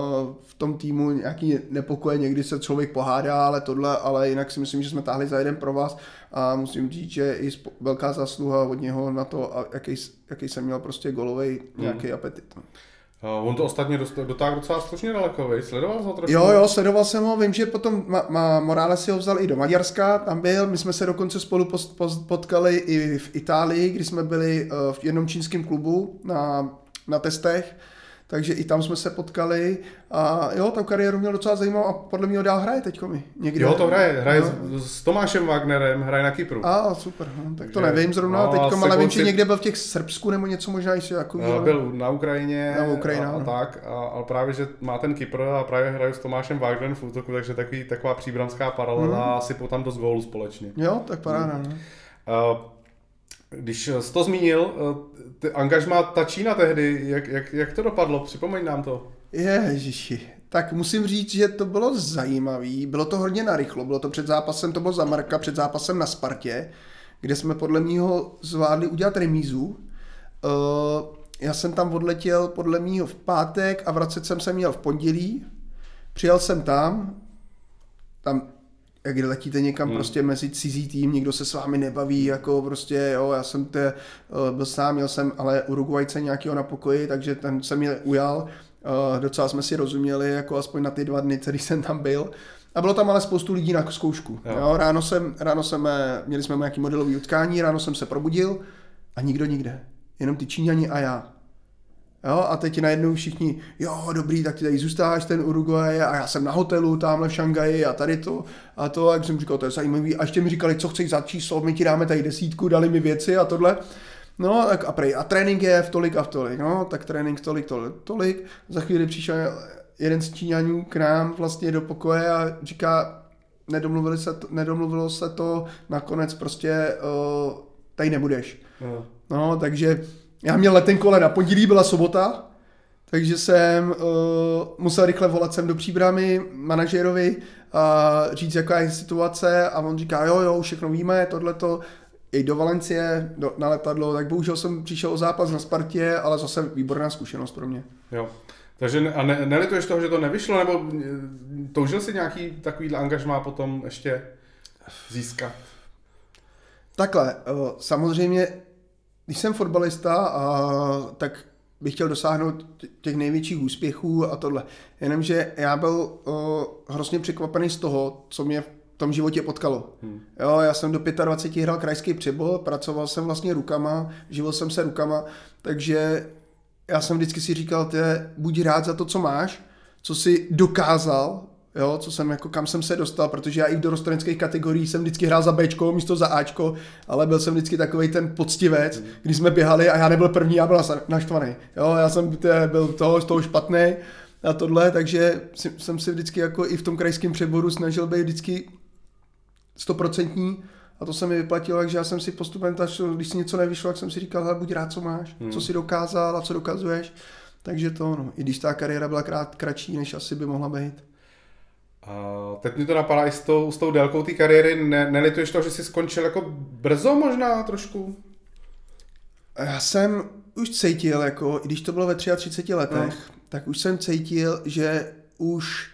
v tom týmu nějaký nepokoje, někdy se člověk pohádá, ale tohle, ale jinak si myslím, že jsme táhli za jeden pro vás a musím říct, že i velká zásluha od něho na to, jaký, jaký jsem měl prostě golovej nějaký hmm. apetit. Uh, on to ostatně dotáhl docela slušně daleko, vej? Sledoval ho trošku? Jo, jo, sledoval jsem ho, vím, že potom ma, ma, Morales si ho vzal i do Maďarska, tam byl, my jsme se dokonce spolu post, post, potkali i v Itálii, kdy jsme byli uh, v jednom čínském klubu na, na testech, takže i tam jsme se potkali a jo, ta kariéru měl docela zajímavou a podle mě ho dál hraje teďko mi. Někde. Jo, to hraje, hraje no. s, s Tomášem Wagnerem, hraje na Kypru. A super, no, tak takže, to nevím zrovna no, teďko, ale vím, že někde byl v těch Srbsku nebo něco možná ještě jako. No, byl na Ukrajině na Ukrajině, a, a tak, a, ale právě, že má ten Kypr a právě hraje s Tomášem Wagnerem v útoku, takže takový, taková příbramská paralela hmm. a sypou tam dost gólů společně. Jo, tak paráda, hmm. no. Uh, Když jsi to zmínil, ty angažmá ta Čína tehdy, jak, jak, jak to dopadlo? Připomeň nám to. Ježiši, tak musím říct, že to bylo zajímavý, bylo to hodně narychlo, bylo to před zápasem, to bylo za Marka, před zápasem na Spartě, kde jsme podle mýho zvládli udělat remízu. Uh, já jsem tam odletěl podle mýho v pátek a vracet jsem se měl v pondělí, přijel jsem tam, tam jak letíte někam hmm. prostě mezi cizí tým, nikdo se s vámi nebaví, jako prostě, jo, já jsem te, byl sám, měl jsem ale Uruguajce nějakého na pokoji, takže ten se mě ujal, Uh, docela jsme si rozuměli, jako aspoň na ty dva dny, který jsem tam byl. A bylo tam ale spoustu lidí na zkoušku. Jo. Jo, ráno jsem, ráno jsem, měli jsme nějaký modelový utkání, ráno jsem se probudil a nikdo nikde. Jenom ty Číňani a já. Jo, a teď najednou všichni, jo, dobrý, tak ty tady zůstáš, ten Uruguay, a já jsem na hotelu, tamhle v Šangaji a tady to a to, a jak jsem říkal, to je zajímavý. A ještě mi říkali, co chceš za číslo, my ti dáme tady desítku, dali mi věci a tohle. No, tak a prej, a trénink je v tolik a v tolik, no, tak trénink tolik, tolik, tolik. Za chvíli přišel jeden z Číňanů k nám vlastně do pokoje a říká, nedomluvili se to, nedomluvilo se to, nakonec prostě uh, tady nebudeš. No. no, takže já měl letenko na pondělí, byla sobota, takže jsem uh, musel rychle volat sem do Příbramy manažerovi a říct, jaká je situace a on říká, jo, jo, všechno víme, tohleto, i do Valencie, do, na letadlo, tak bohužel jsem přišel o zápas na Spartě, ale zase výborná zkušenost pro mě. Jo. Takže a ne, nelituješ toho, že to nevyšlo, nebo toužil si nějaký takovýhle angažmá potom ještě získat? Takhle, samozřejmě, když jsem fotbalista, a, tak bych chtěl dosáhnout těch největších úspěchů a tohle. Jenomže já byl uh, hrozně překvapený z toho, co mě v tom životě potkalo. Hmm. Jo, já jsem do dvaceti pěti hrál krajský přebor, pracoval jsem vlastně rukama, živil jsem se rukama, takže já jsem vždycky si říkal, ty buď rád za to, co máš, co jsi dokázal, jo, co jsem, jako, kam jsem se dostal, protože já i v dorosteneckých kategorií jsem vždycky hrál za Bčko místo za Ačko, ale byl jsem vždycky takovej ten poctivec, hmm. když jsme běhali a já nebyl první, já byl naštvaný. Jo, já jsem tě, byl toho, z toho špatný a tohle, takže jsem si vždycky jako i v tom krajském přeboru snažil být vždycky stoprocentní a to se mi vyplatilo, takže já jsem si postupem, když si něco nevyšlo, tak jsem si říkal, buď rád, co máš, hmm. co si dokázal a co dokazuješ. Takže to, no, i když ta kariéra byla krát, kratší, než asi by mohla být. A teď mi to napadá i s tou, s tou délkou té kariéry, ne, nelituješ to, že jsi skončil jako brzo možná trošku? Já jsem už cítil, jako, i když to bylo ve třiceti třech letech, no. tak už jsem cítil, že už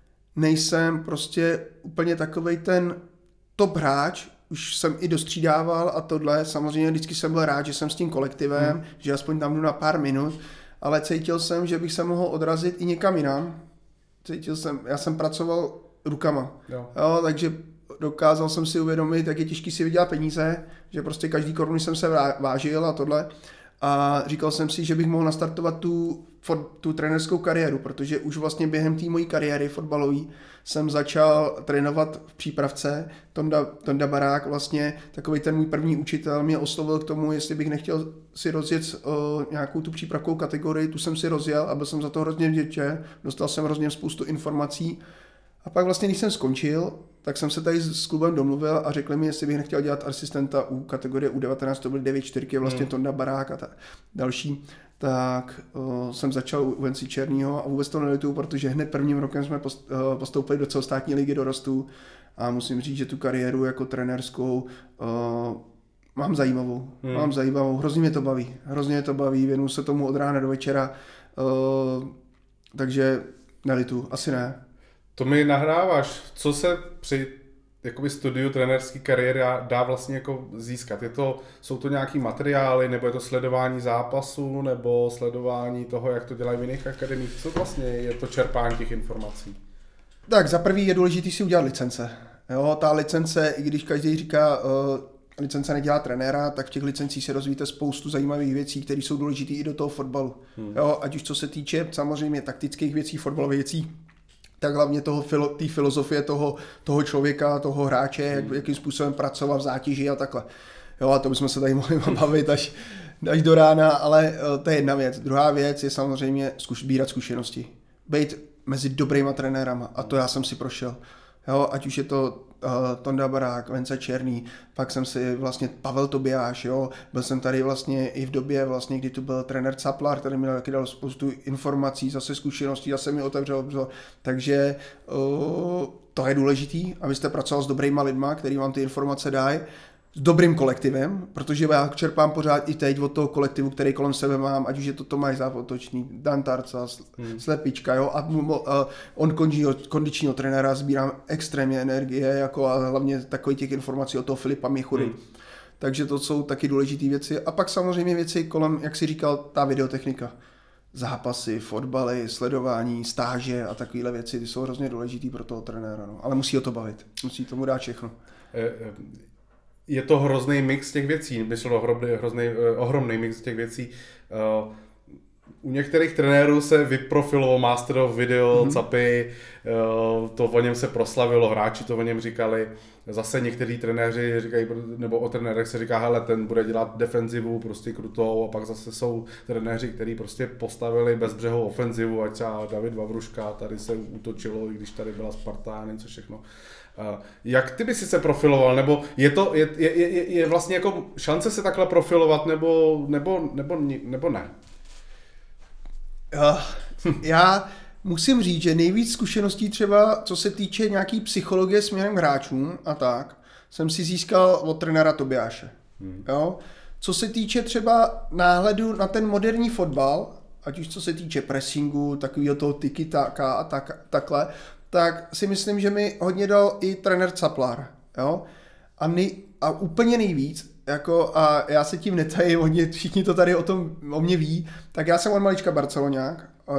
nejsem prostě úplně takovej ten top hráč, už jsem i dostřídával a tohle, samozřejmě vždycky jsem byl rád, že jsem s tím kolektivem, hmm. že aspoň tam jdu na pár minut, ale cítil jsem, že bych se mohl odrazit i někam jinam. Cítil jsem, já jsem pracoval rukama, jo. Jo, takže dokázal jsem si uvědomit, jak je těžký si vydělat peníze, že prostě každý korunu jsem se vážil a tohle. A říkal jsem si, že bych mohl nastartovat tu, tu trenerskou kariéru, protože už vlastně během té mojí kariéry fotbalové jsem začal trénovat v přípravce. Tonda, Tonda Barák, vlastně takový ten můj první učitel, mě oslovil k tomu, jestli bych nechtěl si rozjet uh, nějakou tu přípravkovou kategorii, tu jsem si rozjel a byl jsem za to hrozně vděčen, dostal jsem hrozně spoustu informací. A pak vlastně, když jsem skončil, tak jsem se tady s klubem domluvil a řekli mi, jestli bych nechtěl dělat asistenta u kategorie U devatenáct, to byly devět čtyřky, vlastně hmm. Tonda Barák a ta další, tak uh, jsem začal u Venci Černýho a vůbec to nelituju, protože hned prvním rokem jsme post, uh, postoupili do celostátní ligy dorostu a musím říct, že tu kariéru jako trenérskou uh, mám zajímavou, hmm. mám zajímavou, hrozně mě to baví, hrozně mě to baví, věnuju se tomu od rána do večera, uh, takže nelituju, asi ne. To mi nahráváš, co se při jakoby studiu trenérské kariéry dá vlastně jako získat? Je to, jsou to nějaký materiály, nebo je to sledování zápasu, nebo sledování toho, jak to dělají v jiných akademiích? Co vlastně je to čerpání těch informací? Tak za prvý je důležité si udělat licence. Jo, ta licence, i když každý říká, uh, licence nedělá trenéra, tak v těch licencích se rozvíjíte spoustu zajímavých věcí, které jsou důležité i do toho fotbalu. Hmm. Jo, ať už co se týče samozřejmě taktických věcí, fotbalových věcí, tak hlavně toho, té filozofie toho, toho člověka, toho hráče, jak, jakým způsobem pracovat v zátěži a takhle. Jo, a to bychom se tady mohli bavit až, až do rána, ale uh, to je jedna věc. Druhá věc je samozřejmě zkuš, sbírat zkušenosti. Být mezi dobrýma trenérama a to já jsem si prošel. Jo, ať už je to uh, Tonda Barák, Venca Černý, pak jsem si vlastně Pavel Tobiáš, jo, byl jsem tady vlastně i v době vlastně, kdy tu byl trenér Caplar, který mi taky dal spoustu informací, zase zkušeností, zase mi otevřel obzor, takže uh, to je důležitý, abyste pracoval s dobrýma lidma, který vám ty informace dají, s dobrým kolektivem, protože já čerpám pořád i teď od toho kolektivu, který kolem sebe mám, ať už je to Tomáš Zápotočný, Dan Tarca, hmm. Slepička, jo, a, a on kondičního, kondičního trenéra sbírám extrémně energie, jako a hlavně takových těch informací od toho Filipa Michury. Hmm. Takže to jsou taky důležité věci. A pak samozřejmě věci kolem, jak si říkal, ta videotechnika. zápasy, fotbaly, sledování, stáže a takovéhle věci, ty jsou hrozně důležitý pro toho trenéra, no. Ale musí ho to bavit, musí tomu dát všechno. Je to hrozný mix těch věcí, myslím, ohromný, hrozný, ohromný mix těch věcí. U některých trenérů se vyprofiloval Master of Video, mm-hmm. Capy, to o něm se proslavilo, hráči to o něm říkali. Zase někteří trenéři říkají, nebo o trenérech se říká, hele, ten bude dělat defenzivu prostě krutou, a pak zase jsou trenéři, kteří prostě postavili bezbřehou ofenzivu, ať třeba David Vavruška, tady se útočilo, i když tady byla Sparta, něco všechno. Jak ty by si se profiloval, nebo je to je, je, je, je vlastně jako šance se takhle profilovat, nebo, nebo, nebo, nebo ne? Já musím říct, že nejvíc zkušeností třeba, co se týče nějaký psychologie směrem k hráčům a tak, jsem si získal od trenéra Tobiáše. Hmm. Jo? Co se týče třeba náhledu na ten moderní fotbal, ať už co se týče pressingu, takového toho tiki-taka a tak, takhle, tak si myslím, že mi hodně dal i trenér Caplar. Jo? A, nej, a úplně nejvíc, jako, a já se tím netajím, hodně, všichni to tady o tom o mě ví, tak já jsem od malička Barceloňák a, a,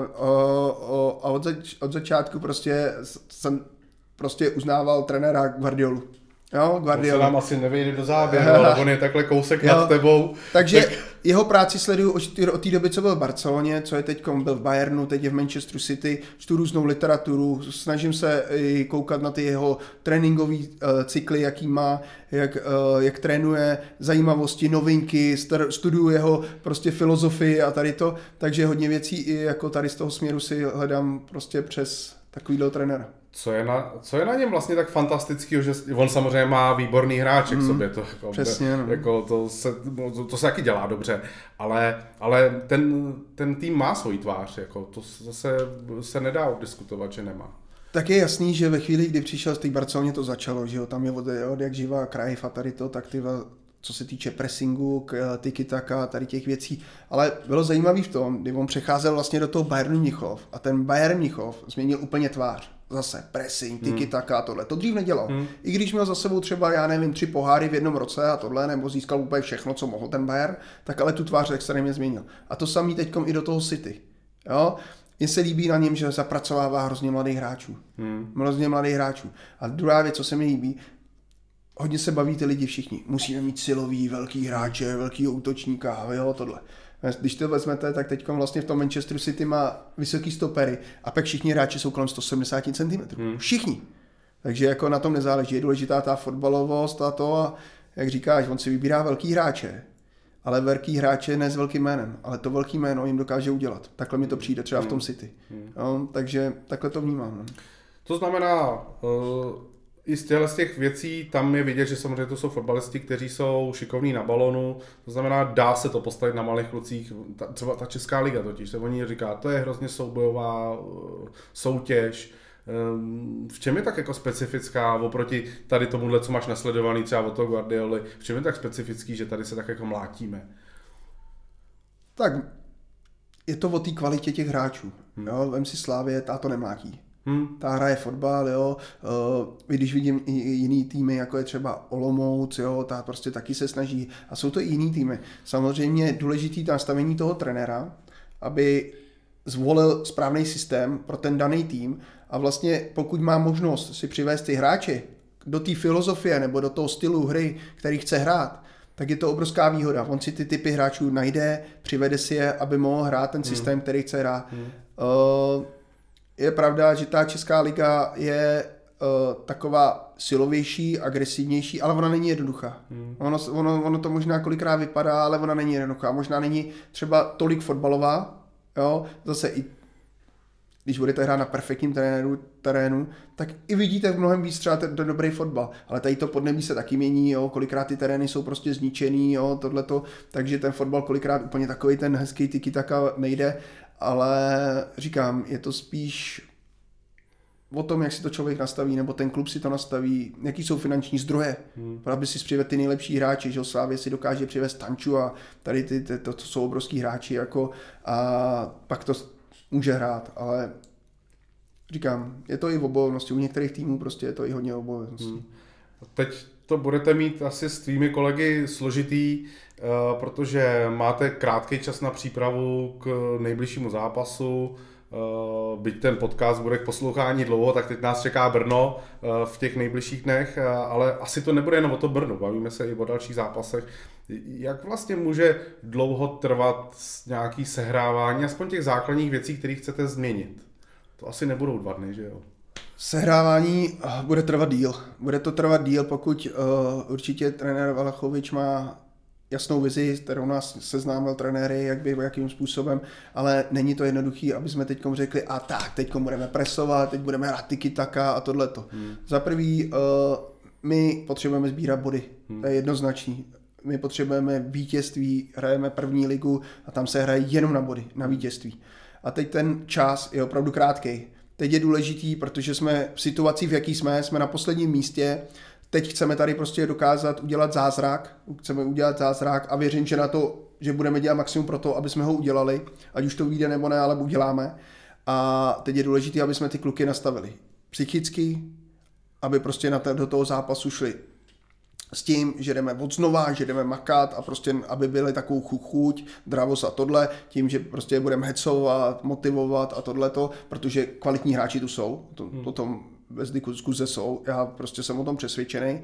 a od, zač, od začátku prostě jsem prostě uznával trenéra Guardiolu. Jo, Guardiola. To se nám asi nevejde do záběru, ale on je takhle kousek jo. nad tebou. Takže tak... jeho práci sleduju od té doby, co byl v Barceloně, co je teď, byl v Bayernu, teď je v Manchesteru City, čtu různou literaturu, snažím se i koukat na ty jeho tréninkové uh, cykly, jaký má, jak, uh, jak trénuje, zajímavosti, novinky, star, studuju jeho prostě filozofii a tady to, takže hodně věcí i jako tady z toho směru si hledám prostě přes takovýhle trenéra. Co je, na, co je na něm vlastně tak fantastického, že on samozřejmě má výborný hráček mm, sobě, to, jako, přesně, no. jako, to, se, to, to se taky dělá dobře, ale, ale ten, ten tým má svoji tvář, jako, to zase se nedá oddiskutovat, že nemá. Tak je jasný, že ve chvíli, kdy přišel z té Barceloně, to začalo, že jo, tam je od, od jak živá Cruyff a tady to, tak ty, co se týče pressingu, tiki-taka, tady těch věcí, ale bylo zajímavý v tom, kdy on přecházel vlastně do toho Bayernu Mnichov a ten Bayern Mnichov změnil úplně tvář. Zase pressing, tiki-taka a tohle. To dřív nedělal. Hmm. I když měl za sebou třeba, já nevím, tři poháry v jednom roce a tohle, nebo získal úplně všechno, co mohl ten Bayern, tak ale tu tvář extrémně změnil. A to samý teďkom i do toho City. Jo? Mně se líbí na něm, že zapracovává hrozně mladých hráčů. Hmm. Hrozně mladých hráčů. A druhá věc, co se mi líbí, hodně se baví ty lidi všichni. Musíme mít silový, velký hráče, velkýho útočníka, jo, tohle. Když to vezmete, tak teď vlastně v tom Manchesteru City má vysoký stopery a pak všichni hráči jsou kolem sto sedmdesát centimetrů. Hmm. Všichni. Takže jako na tom nezáleží. Je důležitá ta fotbalovost a to, a jak říkáš, on si vybírá velký hráče, ale velký hráče ne s velkým jménem, ale to velký jméno jim dokáže udělat. Takhle mi to přijde třeba v tom City. Hmm. No, takže takhle to vnímám. No. To znamená, uh... i z těchto z těch věcí tam je vidět, že samozřejmě to jsou fotbalisti, kteří jsou šikovní na balonu, to znamená, dá se to postavit na malých klucích, ta, třeba ta Česká liga totiž, se o ní říká, to je hrozně soubojová uh, soutěž. Um, v čem je tak jako specifická oproti tady tomuhle, co máš nasledovaný třeba od toho Guardioli, v čem je tak specifický, že tady se tak jako mlátíme? Tak je to o té kvalitě těch hráčů. Hmm. Jo, vem si Slávě, ta to nemlátí. Hmm. Ta hraje fotbal, jo. Uh, když vidím i jiný týmy, jako je třeba Olomouc, jo, ta prostě taky se snaží. A jsou to i jiný týmy. Samozřejmě je důležitý nastavení toho trenéra, aby zvolil správný systém pro ten daný tým a vlastně pokud má možnost si přivést ty hráče do té filozofie nebo do toho stylu hry, který chce hrát, tak je to obrovská výhoda. On si ty typy hráčů najde, přivede si je, aby mohl hrát ten systém, hmm. který chce hrát. Hmm. Uh, Je pravda, že ta Česká liga je uh, taková silovější, agresivnější, ale ona není jednoduchá. Hmm. Ono, ono, ono to možná kolikrát vypadá, ale ona není jednoduchá. Možná není třeba tolik fotbalová, jo? Zase i když budete hrát na perfektním terénu, terénu, tak i vidíte v mnohem víc třeba ten, ten dobrý fotbal. Ale tady to podnebí se taky mění, jo? Kolikrát ty terény jsou prostě zničený, jo? Tohleto, takže ten fotbal kolikrát úplně takový ten hezký tiki-taka nejde. Ale říkám, je to spíš o tom, jak si to člověk nastaví, nebo ten klub si to nastaví, jaký jsou finanční zdroje, hmm. aby si přived ty nejlepší hráči, že Slávě si dokáže přivést Tanču a tady ty, ty, to, to jsou obrovský hráči, jako, a pak to může hrát, ale říkám, je to i v obojnosti, u některých týmů prostě je to i hodně obojnosti. Hmm. Teď to budete mít asi s tvými kolegy složitý, protože máte krátký čas na přípravu k nejbližšímu zápasu. Byť ten podcast bude k poslouchání dlouho, tak teď nás čeká Brno v těch nejbližších dnech, ale asi to nebude jenom o to Brno, bavíme se i o dalších zápasech. Jak vlastně může dlouho trvat nějaký sehrávání, aspoň těch základních věcí, které chcete změnit? To asi nebudou dva dny, že jo? Sehrávání bude trvat díl. Bude to trvat díl, pokud uh, určitě trenér Valachovič má jasnou vizi, kterou nás seznámil trenéry, jak by, jakým způsobem, ale není to jednoduchý, aby jsme teď řekli, a tak, teď budeme presovat, teď budeme hrát tiki-taka a tohleto. Hmm. Za prvý, uh, my potřebujeme sbírat body, hmm. to je jednoznačný. My potřebujeme vítězství, hrajeme první ligu a tam se hraje jenom na body, na vítězství. A teď ten čas je opravdu krátkej. Teď je důležitý, protože jsme v situaci, v jaký jsme, jsme na posledním místě. Teď chceme tady prostě dokázat udělat zázrak, chceme udělat zázrak a věřím, že na to, že budeme dělat maximum pro to, aby jsme ho udělali, ať už to vyjde nebo ne, ale uděláme. A teď je důležité, aby jsme ty kluky nastavili psychicky, aby prostě na to, do toho zápasu šli s tím, že jdeme od znova, že jdeme makat a prostě, aby byli takovou chuť, dravost a tohle, tím, že prostě budeme hecovat, motivovat a tohleto, protože kvalitní hráči tu jsou, to, hmm. to tom bez diskuze jsou, já prostě jsem o tom přesvědčený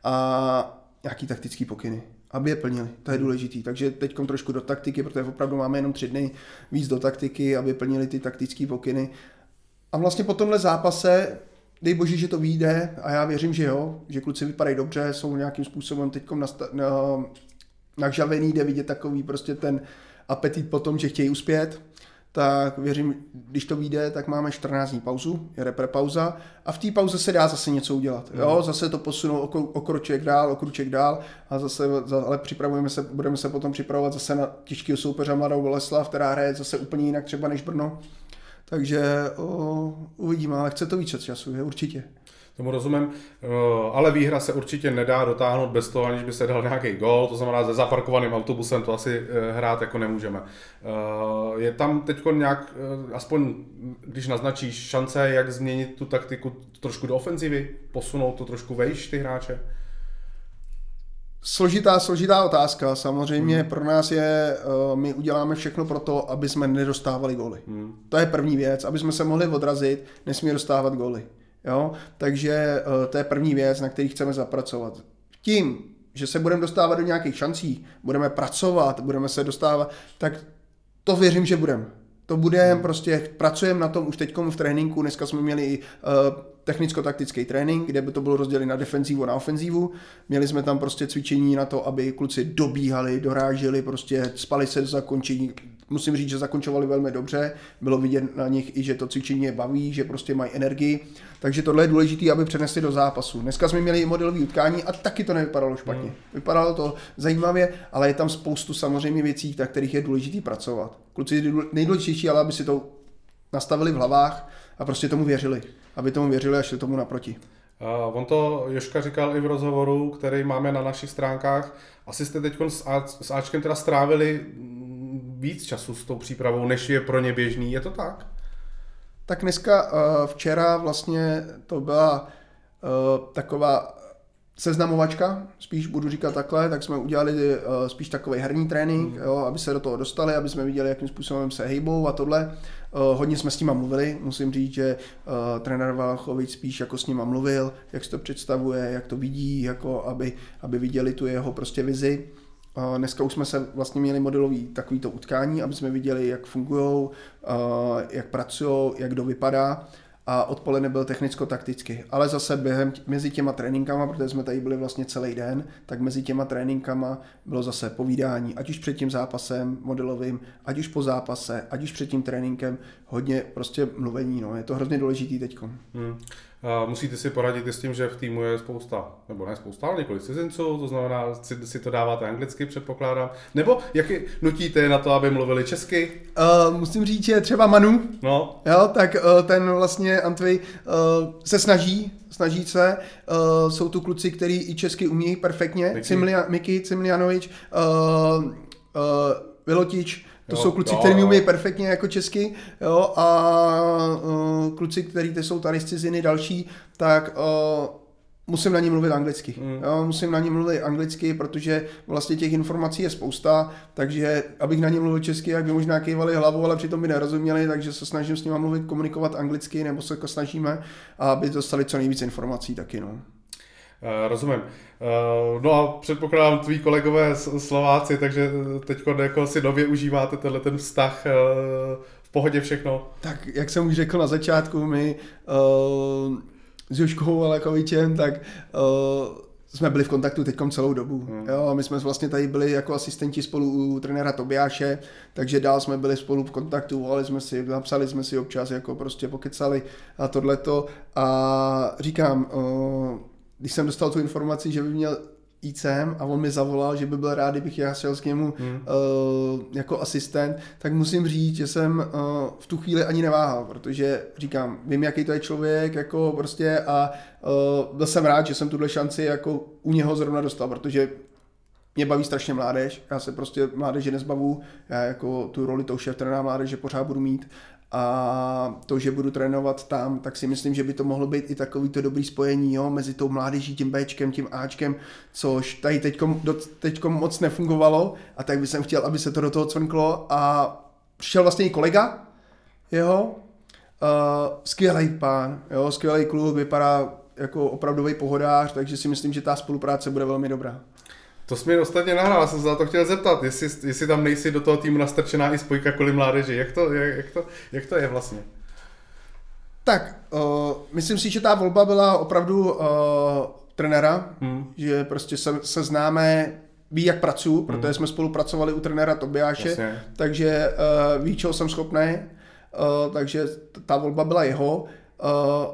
a nějaký taktický pokyny, aby je plnili, to je důležitý, takže teď trošku do taktiky, protože opravdu máme jenom tři dny víc do taktiky, aby plnili ty taktické pokyny a vlastně po tomhle zápase dej bože, že to vyjde a já věřím, že jo, že kluci vypadají dobře, jsou nějakým způsobem teďkom nasta- na, nakžavený, jde vidět takový prostě ten apetit po tom, že chtějí uspět, tak věřím, když to vyjde, tak máme čtrnáct dní pauzu, je repre pauza a v té pauze se dá zase něco udělat, jo, zase to posunou o, o kroček dál, o kruček dál a zase, ale připravujeme se, budeme se potom připravovat zase na těžkého soupeře Mladou Boleslav, která hraje zase úplně jinak třeba než Brno. Takže o, uvidíme, ale chce to více času, je určitě. Tomu rozumím, ale výhra se určitě nedá dotáhnout bez toho, aniž by se dal nějaký gól, to znamená, se zaparkovaným autobusem to asi hrát jako nemůžeme. Je tam teď nějak, aspoň když naznačíš šance, jak změnit tu taktiku trošku do ofenzivy, posunout to trošku vejš ty hráče? Složitá, složitá otázka. Samozřejmě hmm. pro nás je, my uděláme všechno pro to, aby jsme nedostávali góly. Hmm. To je první věc, aby jsme se mohli odrazit, nesmí dostávat góly. Jo? Takže to je první věc, na který chceme zapracovat. Tím, že se budeme dostávat do nějakých šancí, budeme pracovat, budeme se dostávat, tak to věřím, že budeme. To budeme, hmm. prostě pracujeme na tom už teď v tréninku, dneska jsme měli uh, technicko-taktický trénink, kde by to bylo rozděleno na defenzivu a na ofenzivu. Měli jsme tam prostě cvičení na to, aby kluci dobíhali, doráželi, prostě spali se do zakončení. Musím říct, že zakončovali velmi dobře, bylo vidět na nich i, že to cvičení je baví, že prostě mají energii, takže tohle je důležité, aby přenesli do zápasu. Dneska jsme měli i modelové utkání a taky to nevypadalo špatně. Hmm. Vypadalo to zajímavě, ale je tam spoustu samozřejmě věcí, na kterých je důležité pracovat. Kluci nejdůležitější, ale aby si to nastavili v hlavách a prostě tomu věřili. Aby tomu věřili a šli tomu naproti. Uh, on to Joška říkal i v rozhovoru, který máme na našich stránkách. Asi jste teď s, A, s Ačkem teda strávili víc času s tou přípravou, než je pro ně běžný. Je to tak? Tak dneska, uh, včera vlastně to byla uh, taková seznamovačka, spíš budu říkat takhle, tak jsme udělali uh, spíš takový herní trénink, mm. jo, aby se do toho dostali, aby jsme viděli, jakým způsobem se hejbou a tohle. Uh, hodně jsme s nima mluvili, musím říct, že uh, trenér Valachovič spíš jako s nima mluvil, jak si to představuje, jak to vidí, jako aby, aby viděli tu jeho prostě vizi. Uh, dneska už jsme se vlastně měli modelový takovýto utkání, aby jsme viděli, jak fungujou, uh, jak pracují, jak kdo vypadá. A odpoledne byl technicko-takticky. Ale zase během, mezi těma tréninkama, protože jsme tady byli vlastně celý den, tak mezi těma tréninkama bylo zase povídání, ať už před tím zápasem modelovým, ať už po zápase, ať už před tím tréninkem, hodně prostě mluvení, no. Je to hrozně důležitý teďko. Hmm. Musíte si poradit s tím, že v týmu je spousta, nebo ne spousta, ale několik cizinců, to znamená, si, si to dáváte anglicky, předpokládám. Nebo jak nutíte na to, aby mluvili česky? Uh, musím říct, že třeba Manu, no. jo, tak uh, ten vlastně Antwi uh, se snaží, snaží se. Uh, jsou tu kluci, kteří i česky umí perfektně. Cimlia, Miki Cimlianovič, uh, uh, Vilotič, to jo, jsou kluci, kteří umí perfektně jako česky, jo, a uh, kluci, kteří jsou tady z ciziny další, tak uh, musím na ní mluvit anglicky. Mm. Jo, musím na ní mluvit anglicky, protože vlastně těch informací je spousta, takže abych na ní mluvil česky, jak by možná kývali hlavou, ale přitom by nerozuměli, takže se snažím s nimi mluvit, komunikovat anglicky, nebo se jako snažíme, aby dostali co nejvíc informací taky. No. Uh, rozumím. Uh, no a předpokládám tví kolegové Slováci, takže teď jako si nově užíváte tenhle ten vztah, uh, v pohodě všechno. Tak jak jsem už řekl na začátku, my uh, s Joškou Valakovičem, tak uh, jsme byli v kontaktu teďkom celou dobu. Hmm. Jo, my jsme vlastně tady byli jako asistenti spolu u trenéra Tobiáše, takže dál jsme byli spolu v kontaktu, volali jsme si, napsali jsme si občas, jako prostě pokecali a tohleto. A říkám, uh, když jsem dostal tu informaci, že by měl jít sem a on mi zavolal, že by byl rád, kdybych já šel k němu hmm. uh, jako asistent, tak musím říct, že jsem uh, v tu chvíli ani neváhal, protože říkám, vím, jaký to je člověk, jako prostě a uh, byl jsem rád, že jsem tuhle šanci jako u něho zrovna dostal, protože mě baví strašně mládež, já se prostě mládeže nezbavu, já jako tu roli toho šéftrenéra mládeže pořád budu mít a to, že budu trénovat tam, tak si myslím, že by to mohlo být i takový to dobrý spojení, jo, mezi tou mládeží, tím Bčkem, tím Ačkem, což tady teďkom, teďkom moc nefungovalo a tak bych jsem chtěl, aby se to do toho cvrnklo a přišel vlastně i kolega, jeho, uh, skvělý pán, jo, skvělý kluk, vypadá jako opravdový pohodář, takže si myslím, že ta spolupráce bude velmi dobrá. To jsi mi ostatně nahrál, já jsem se na to chtěl zeptat, jestli, jestli tam nejsi do toho týmu nastrčená i spojka kvůli mládeži, jak to, jak, jak, to, jak to je vlastně? Tak, uh, myslím si, že ta volba byla opravdu uh, trenéra, hmm. že prostě se, se známe, ví, jak pracuji, hmm. protože jsme spolupracovali u trenéra Tobiáše, Jasně. takže uh, ví, čeho jsem schopný, uh, takže ta volba byla jeho. Uh,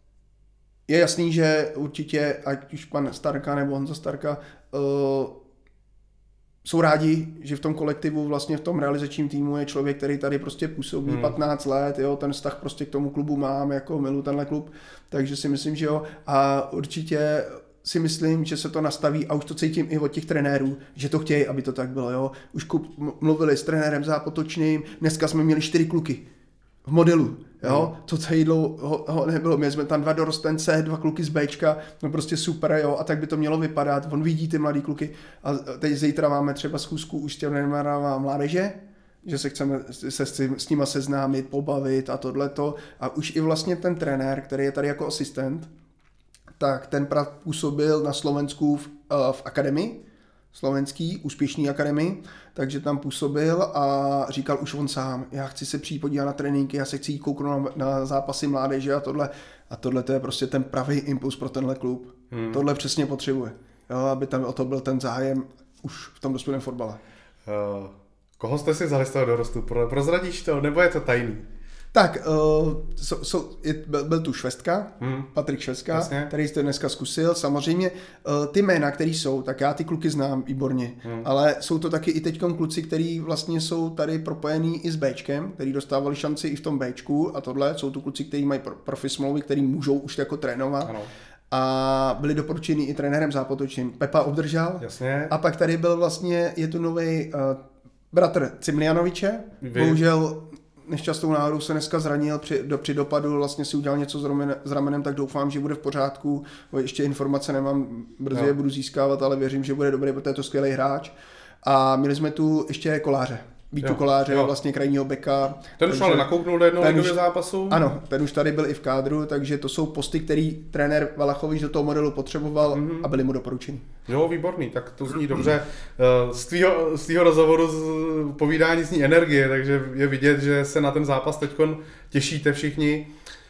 Je jasný, že určitě, ať už pan Starka nebo Honza Starka, uh, jsou rádi, že v tom kolektivu, vlastně v tom realizačním týmu je člověk, který tady prostě působí hmm. patnáct let, jo, ten vztah prostě k tomu klubu mám, jako miluji tenhle klub, takže si myslím, že jo, a určitě si myslím, že se to nastaví a už to cítím i od těch trenérů, že to chtějí, aby to tak bylo, jo. Už mluvili s trenérem Zápotočným, dneska jsme měli čtyři kluky v modelu, jo, to tady dlouho nebylo, měli jsme tam dva dorostence, dva kluky z Bčka, no prostě super, jo, a tak by to mělo vypadat, on vidí ty mladý kluky a teď zítra máme třeba schůzku už s těm mládeže, že se chceme se s, tím, s nima seznámit, pobavit a tohleto a už i vlastně ten trenér, který je tady jako asistent, tak ten působil na Slovensku v, uh, v akademii, slovenský, úspěšný akademii, takže tam působil a říkal už on sám, já chci se přijít podívat na tréninky, já se chci jít kouknout na, na zápasy mládeže a tohle. A tohle to je prostě ten pravý impuls pro tenhle klub. Hmm. Tohle přesně potřebuje, jo, aby tam o to byl ten zájem už v tom dospělém fotbale. Uh, koho jste si vzali z toho dorostu? Pro, prozradíš to, nebo je to tajný? Tak, uh, so, so, je, byl, byl tu Švestka, hmm. Patrik Švestka, Jasně. který jste dneska zkusil. Samozřejmě uh, ty jména, který jsou, tak já ty kluky znám výborně, hmm. ale jsou to taky i teďkom kluci, který vlastně jsou tady propojení i s Bčkem, který dostávali šanci i v tom Bčku a tohle. Jsou to kluci, kteří mají profi smlouvy, který můžou už jako trénovat. Ano. A byli doporučeni i trenérem Zápotočným. Pepa obdržel. Jasně. A pak tady byl vlastně, je tu nový uh, bratr Cimlianoviče, Vy. bohužel nešťastnou náhodou se dneska zranil, při, do, při dopadu vlastně si udělal něco s, romen, s ramenem, tak doufám, že bude v pořádku. Ještě informace nemám, brzy no. je budu získávat, ale věřím, že bude dobrý, protože je to skvělý hráč. A měli jsme tu ještě Koláře. Vítu Koláře, jo. vlastně krajního beka. Ten už ale nakouknul do jednoho ligového zápasu. Ano, ten už tady byl i v kádru, takže to jsou posty, který trenér Valachovič do toho modelu potřeboval mm-hmm. a byly mu doporučeny. Jo, výborný, tak to zní dobře. Z tvýho, z tvýho rozhovoru z povídání zní energie, takže je vidět, že se na ten zápas teďkon těšíte všichni.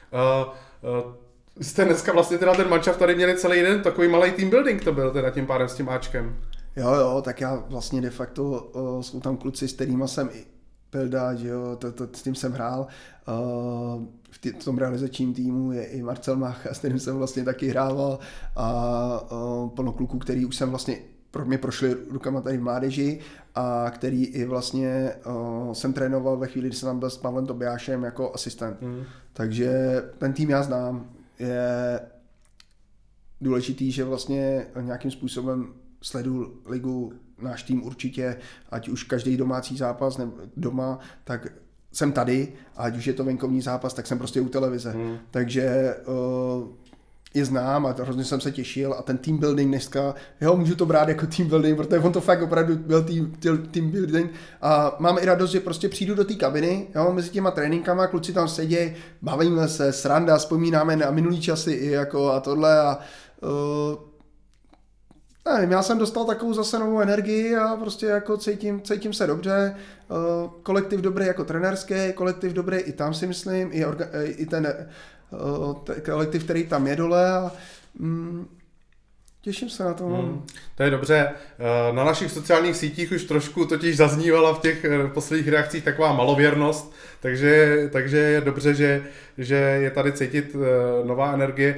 Jste dneska vlastně teda ten manšaft tady měli celý den, takový malý team building to byl teda tím pádem s tím Ačkem. Jo, jo, tak já vlastně de facto uh, jsou tam kluci, s kterýma jsem i Pilda, že jo, to, to, s tím jsem hrál. Uh, v, tý, v tom realizačním týmu je i Marcel Mach, s kterým jsem vlastně taky hrával a uh, plno kluků, který už jsem vlastně pro mě prošli rukama tady v mládeži a který i vlastně uh, jsem trénoval ve chvíli, kdy jsem tam byl s Pavlem Tobiášem jako asistent. Mm. Takže ten tým já znám. Je důležitý, že vlastně nějakým způsobem sleduju ligu, náš tým určitě, ať už každý domácí zápas nebo doma, tak jsem tady, a ať už je to venkovní zápas, tak jsem prostě u televize. Hmm. Takže uh, je znám a hrozně jsem se těšil a ten team building dneska, jo, můžu to brát jako team building, protože on to fakt opravdu byl team, team building a máme i radost, že prostě přijdu do té kabiny, jo, mezi těma tréninkama, kluci tam sedí, bavíme se, sranda, vzpomínáme na minulý časy i jako a tohle a uh, nevím, já jsem dostal takovou zase novou energii a prostě jako cítím, cítím se dobře, uh, kolektiv dobrý jako trenérský, kolektiv dobrý i tam si myslím, i, orga, i ten uh, kolektiv, který tam je dole a mm, těším se na to. Hmm, to je dobře. Na našich sociálních sítích už trošku totiž zaznívala v těch posledních reakcích taková malověrnost, takže, takže je dobře, že, že je tady cítit nová energie.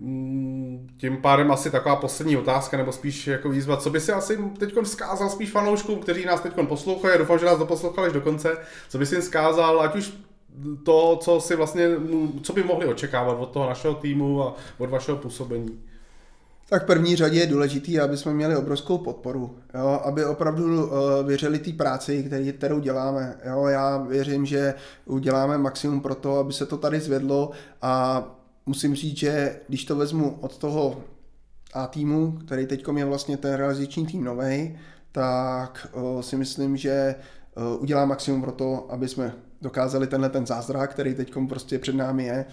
Tím pádem asi taková poslední otázka, nebo spíš jako výzva, co by si asi teď vzkázal spíš fanouškům, kteří nás teď poslouchají, doufám, že nás doposlouchali až do konce, co by si jim vzkázal, ať už to, co si vlastně, co by mohli očekávat od toho našeho týmu a od vašeho působení. Tak v první řadě je důležité, aby jsme měli obrovskou podporu, jo? Aby opravdu uh, věřili té práci, který, kterou děláme. Jo? Já věřím, že uděláme maximum pro to, aby se to tady zvedlo a musím říct, že když to vezmu od toho A týmu, který teď je vlastně ten realizační tým novej, tak uh, si myslím, že uh, udělá maximum pro to, aby jsme dokázali tenhle ten zázrak, který teď prostě před námi je,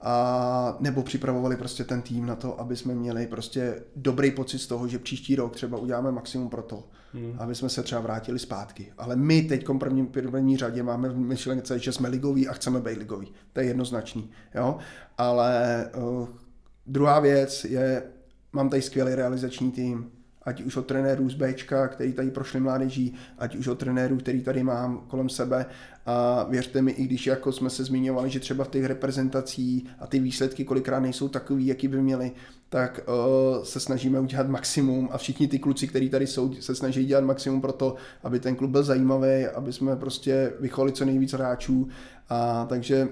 a nebo připravovali prostě ten tým na to, aby jsme měli prostě dobrý pocit z toho, že příští rok třeba uděláme maximum pro to, hmm. aby jsme se třeba vrátili zpátky. Ale my teď v první, první řadě máme v myšlence, že jsme ligoví a chceme být ligoví. To je jednoznačný. Jo? Ale uh, druhá věc je, mám tady skvělý realizační tým, ať už od trenérů z Bčka, který tady prošli mládeží, ať už od trenérů, který tady mám kolem sebe. A věřte mi, i když jako jsme se zmiňovali, že třeba v těch reprezentacích a ty výsledky kolikrát nejsou takový, jaký by měli, tak uh, se snažíme udělat maximum a všichni ty kluci, kteří tady jsou, se snaží dělat maximum pro to, aby ten klub byl zajímavý, aby jsme prostě vychovali co nejvíc hráčů. A takže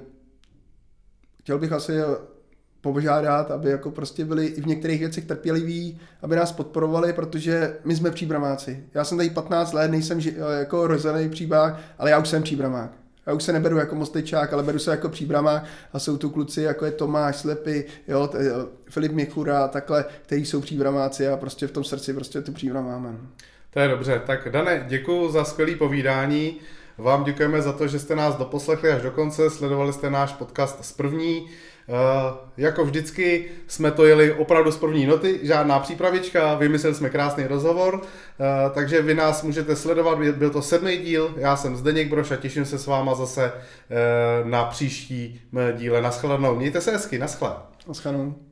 chtěl bych asi požádat, aby jako prostě byli i v některých věcech trpěliví, aby nás podporovali, protože my jsme příbramáci. Já jsem tady patnáct let, nejsem jako rozený příbrák, ale já už jsem příbramák. Já už se neberu jako Mostečák, ale beru se jako příbramák a jsou tu kluci, jako je Tomáš Slepy, jo, t- Filip Měchura, takhle, kteří jsou příbramáci a prostě v tom srdci prostě tu příbram máme. To je dobře. Tak Dane, děkuji za skvělé povídání. Vám děkujeme za to, že jste nás doposlechli až do konce, sledovali jste náš podcast z první. Uh, jako vždycky jsme to jeli opravdu z první noty, žádná přípravička, vymysleli jsme krásný rozhovor, uh, takže vy nás můžete sledovat, byl to sedmý díl, já jsem Zdeněk Broš a těším se s váma zase uh, na příští díle. Naschledanou, mějte se hezky, naschle. Naschledanou.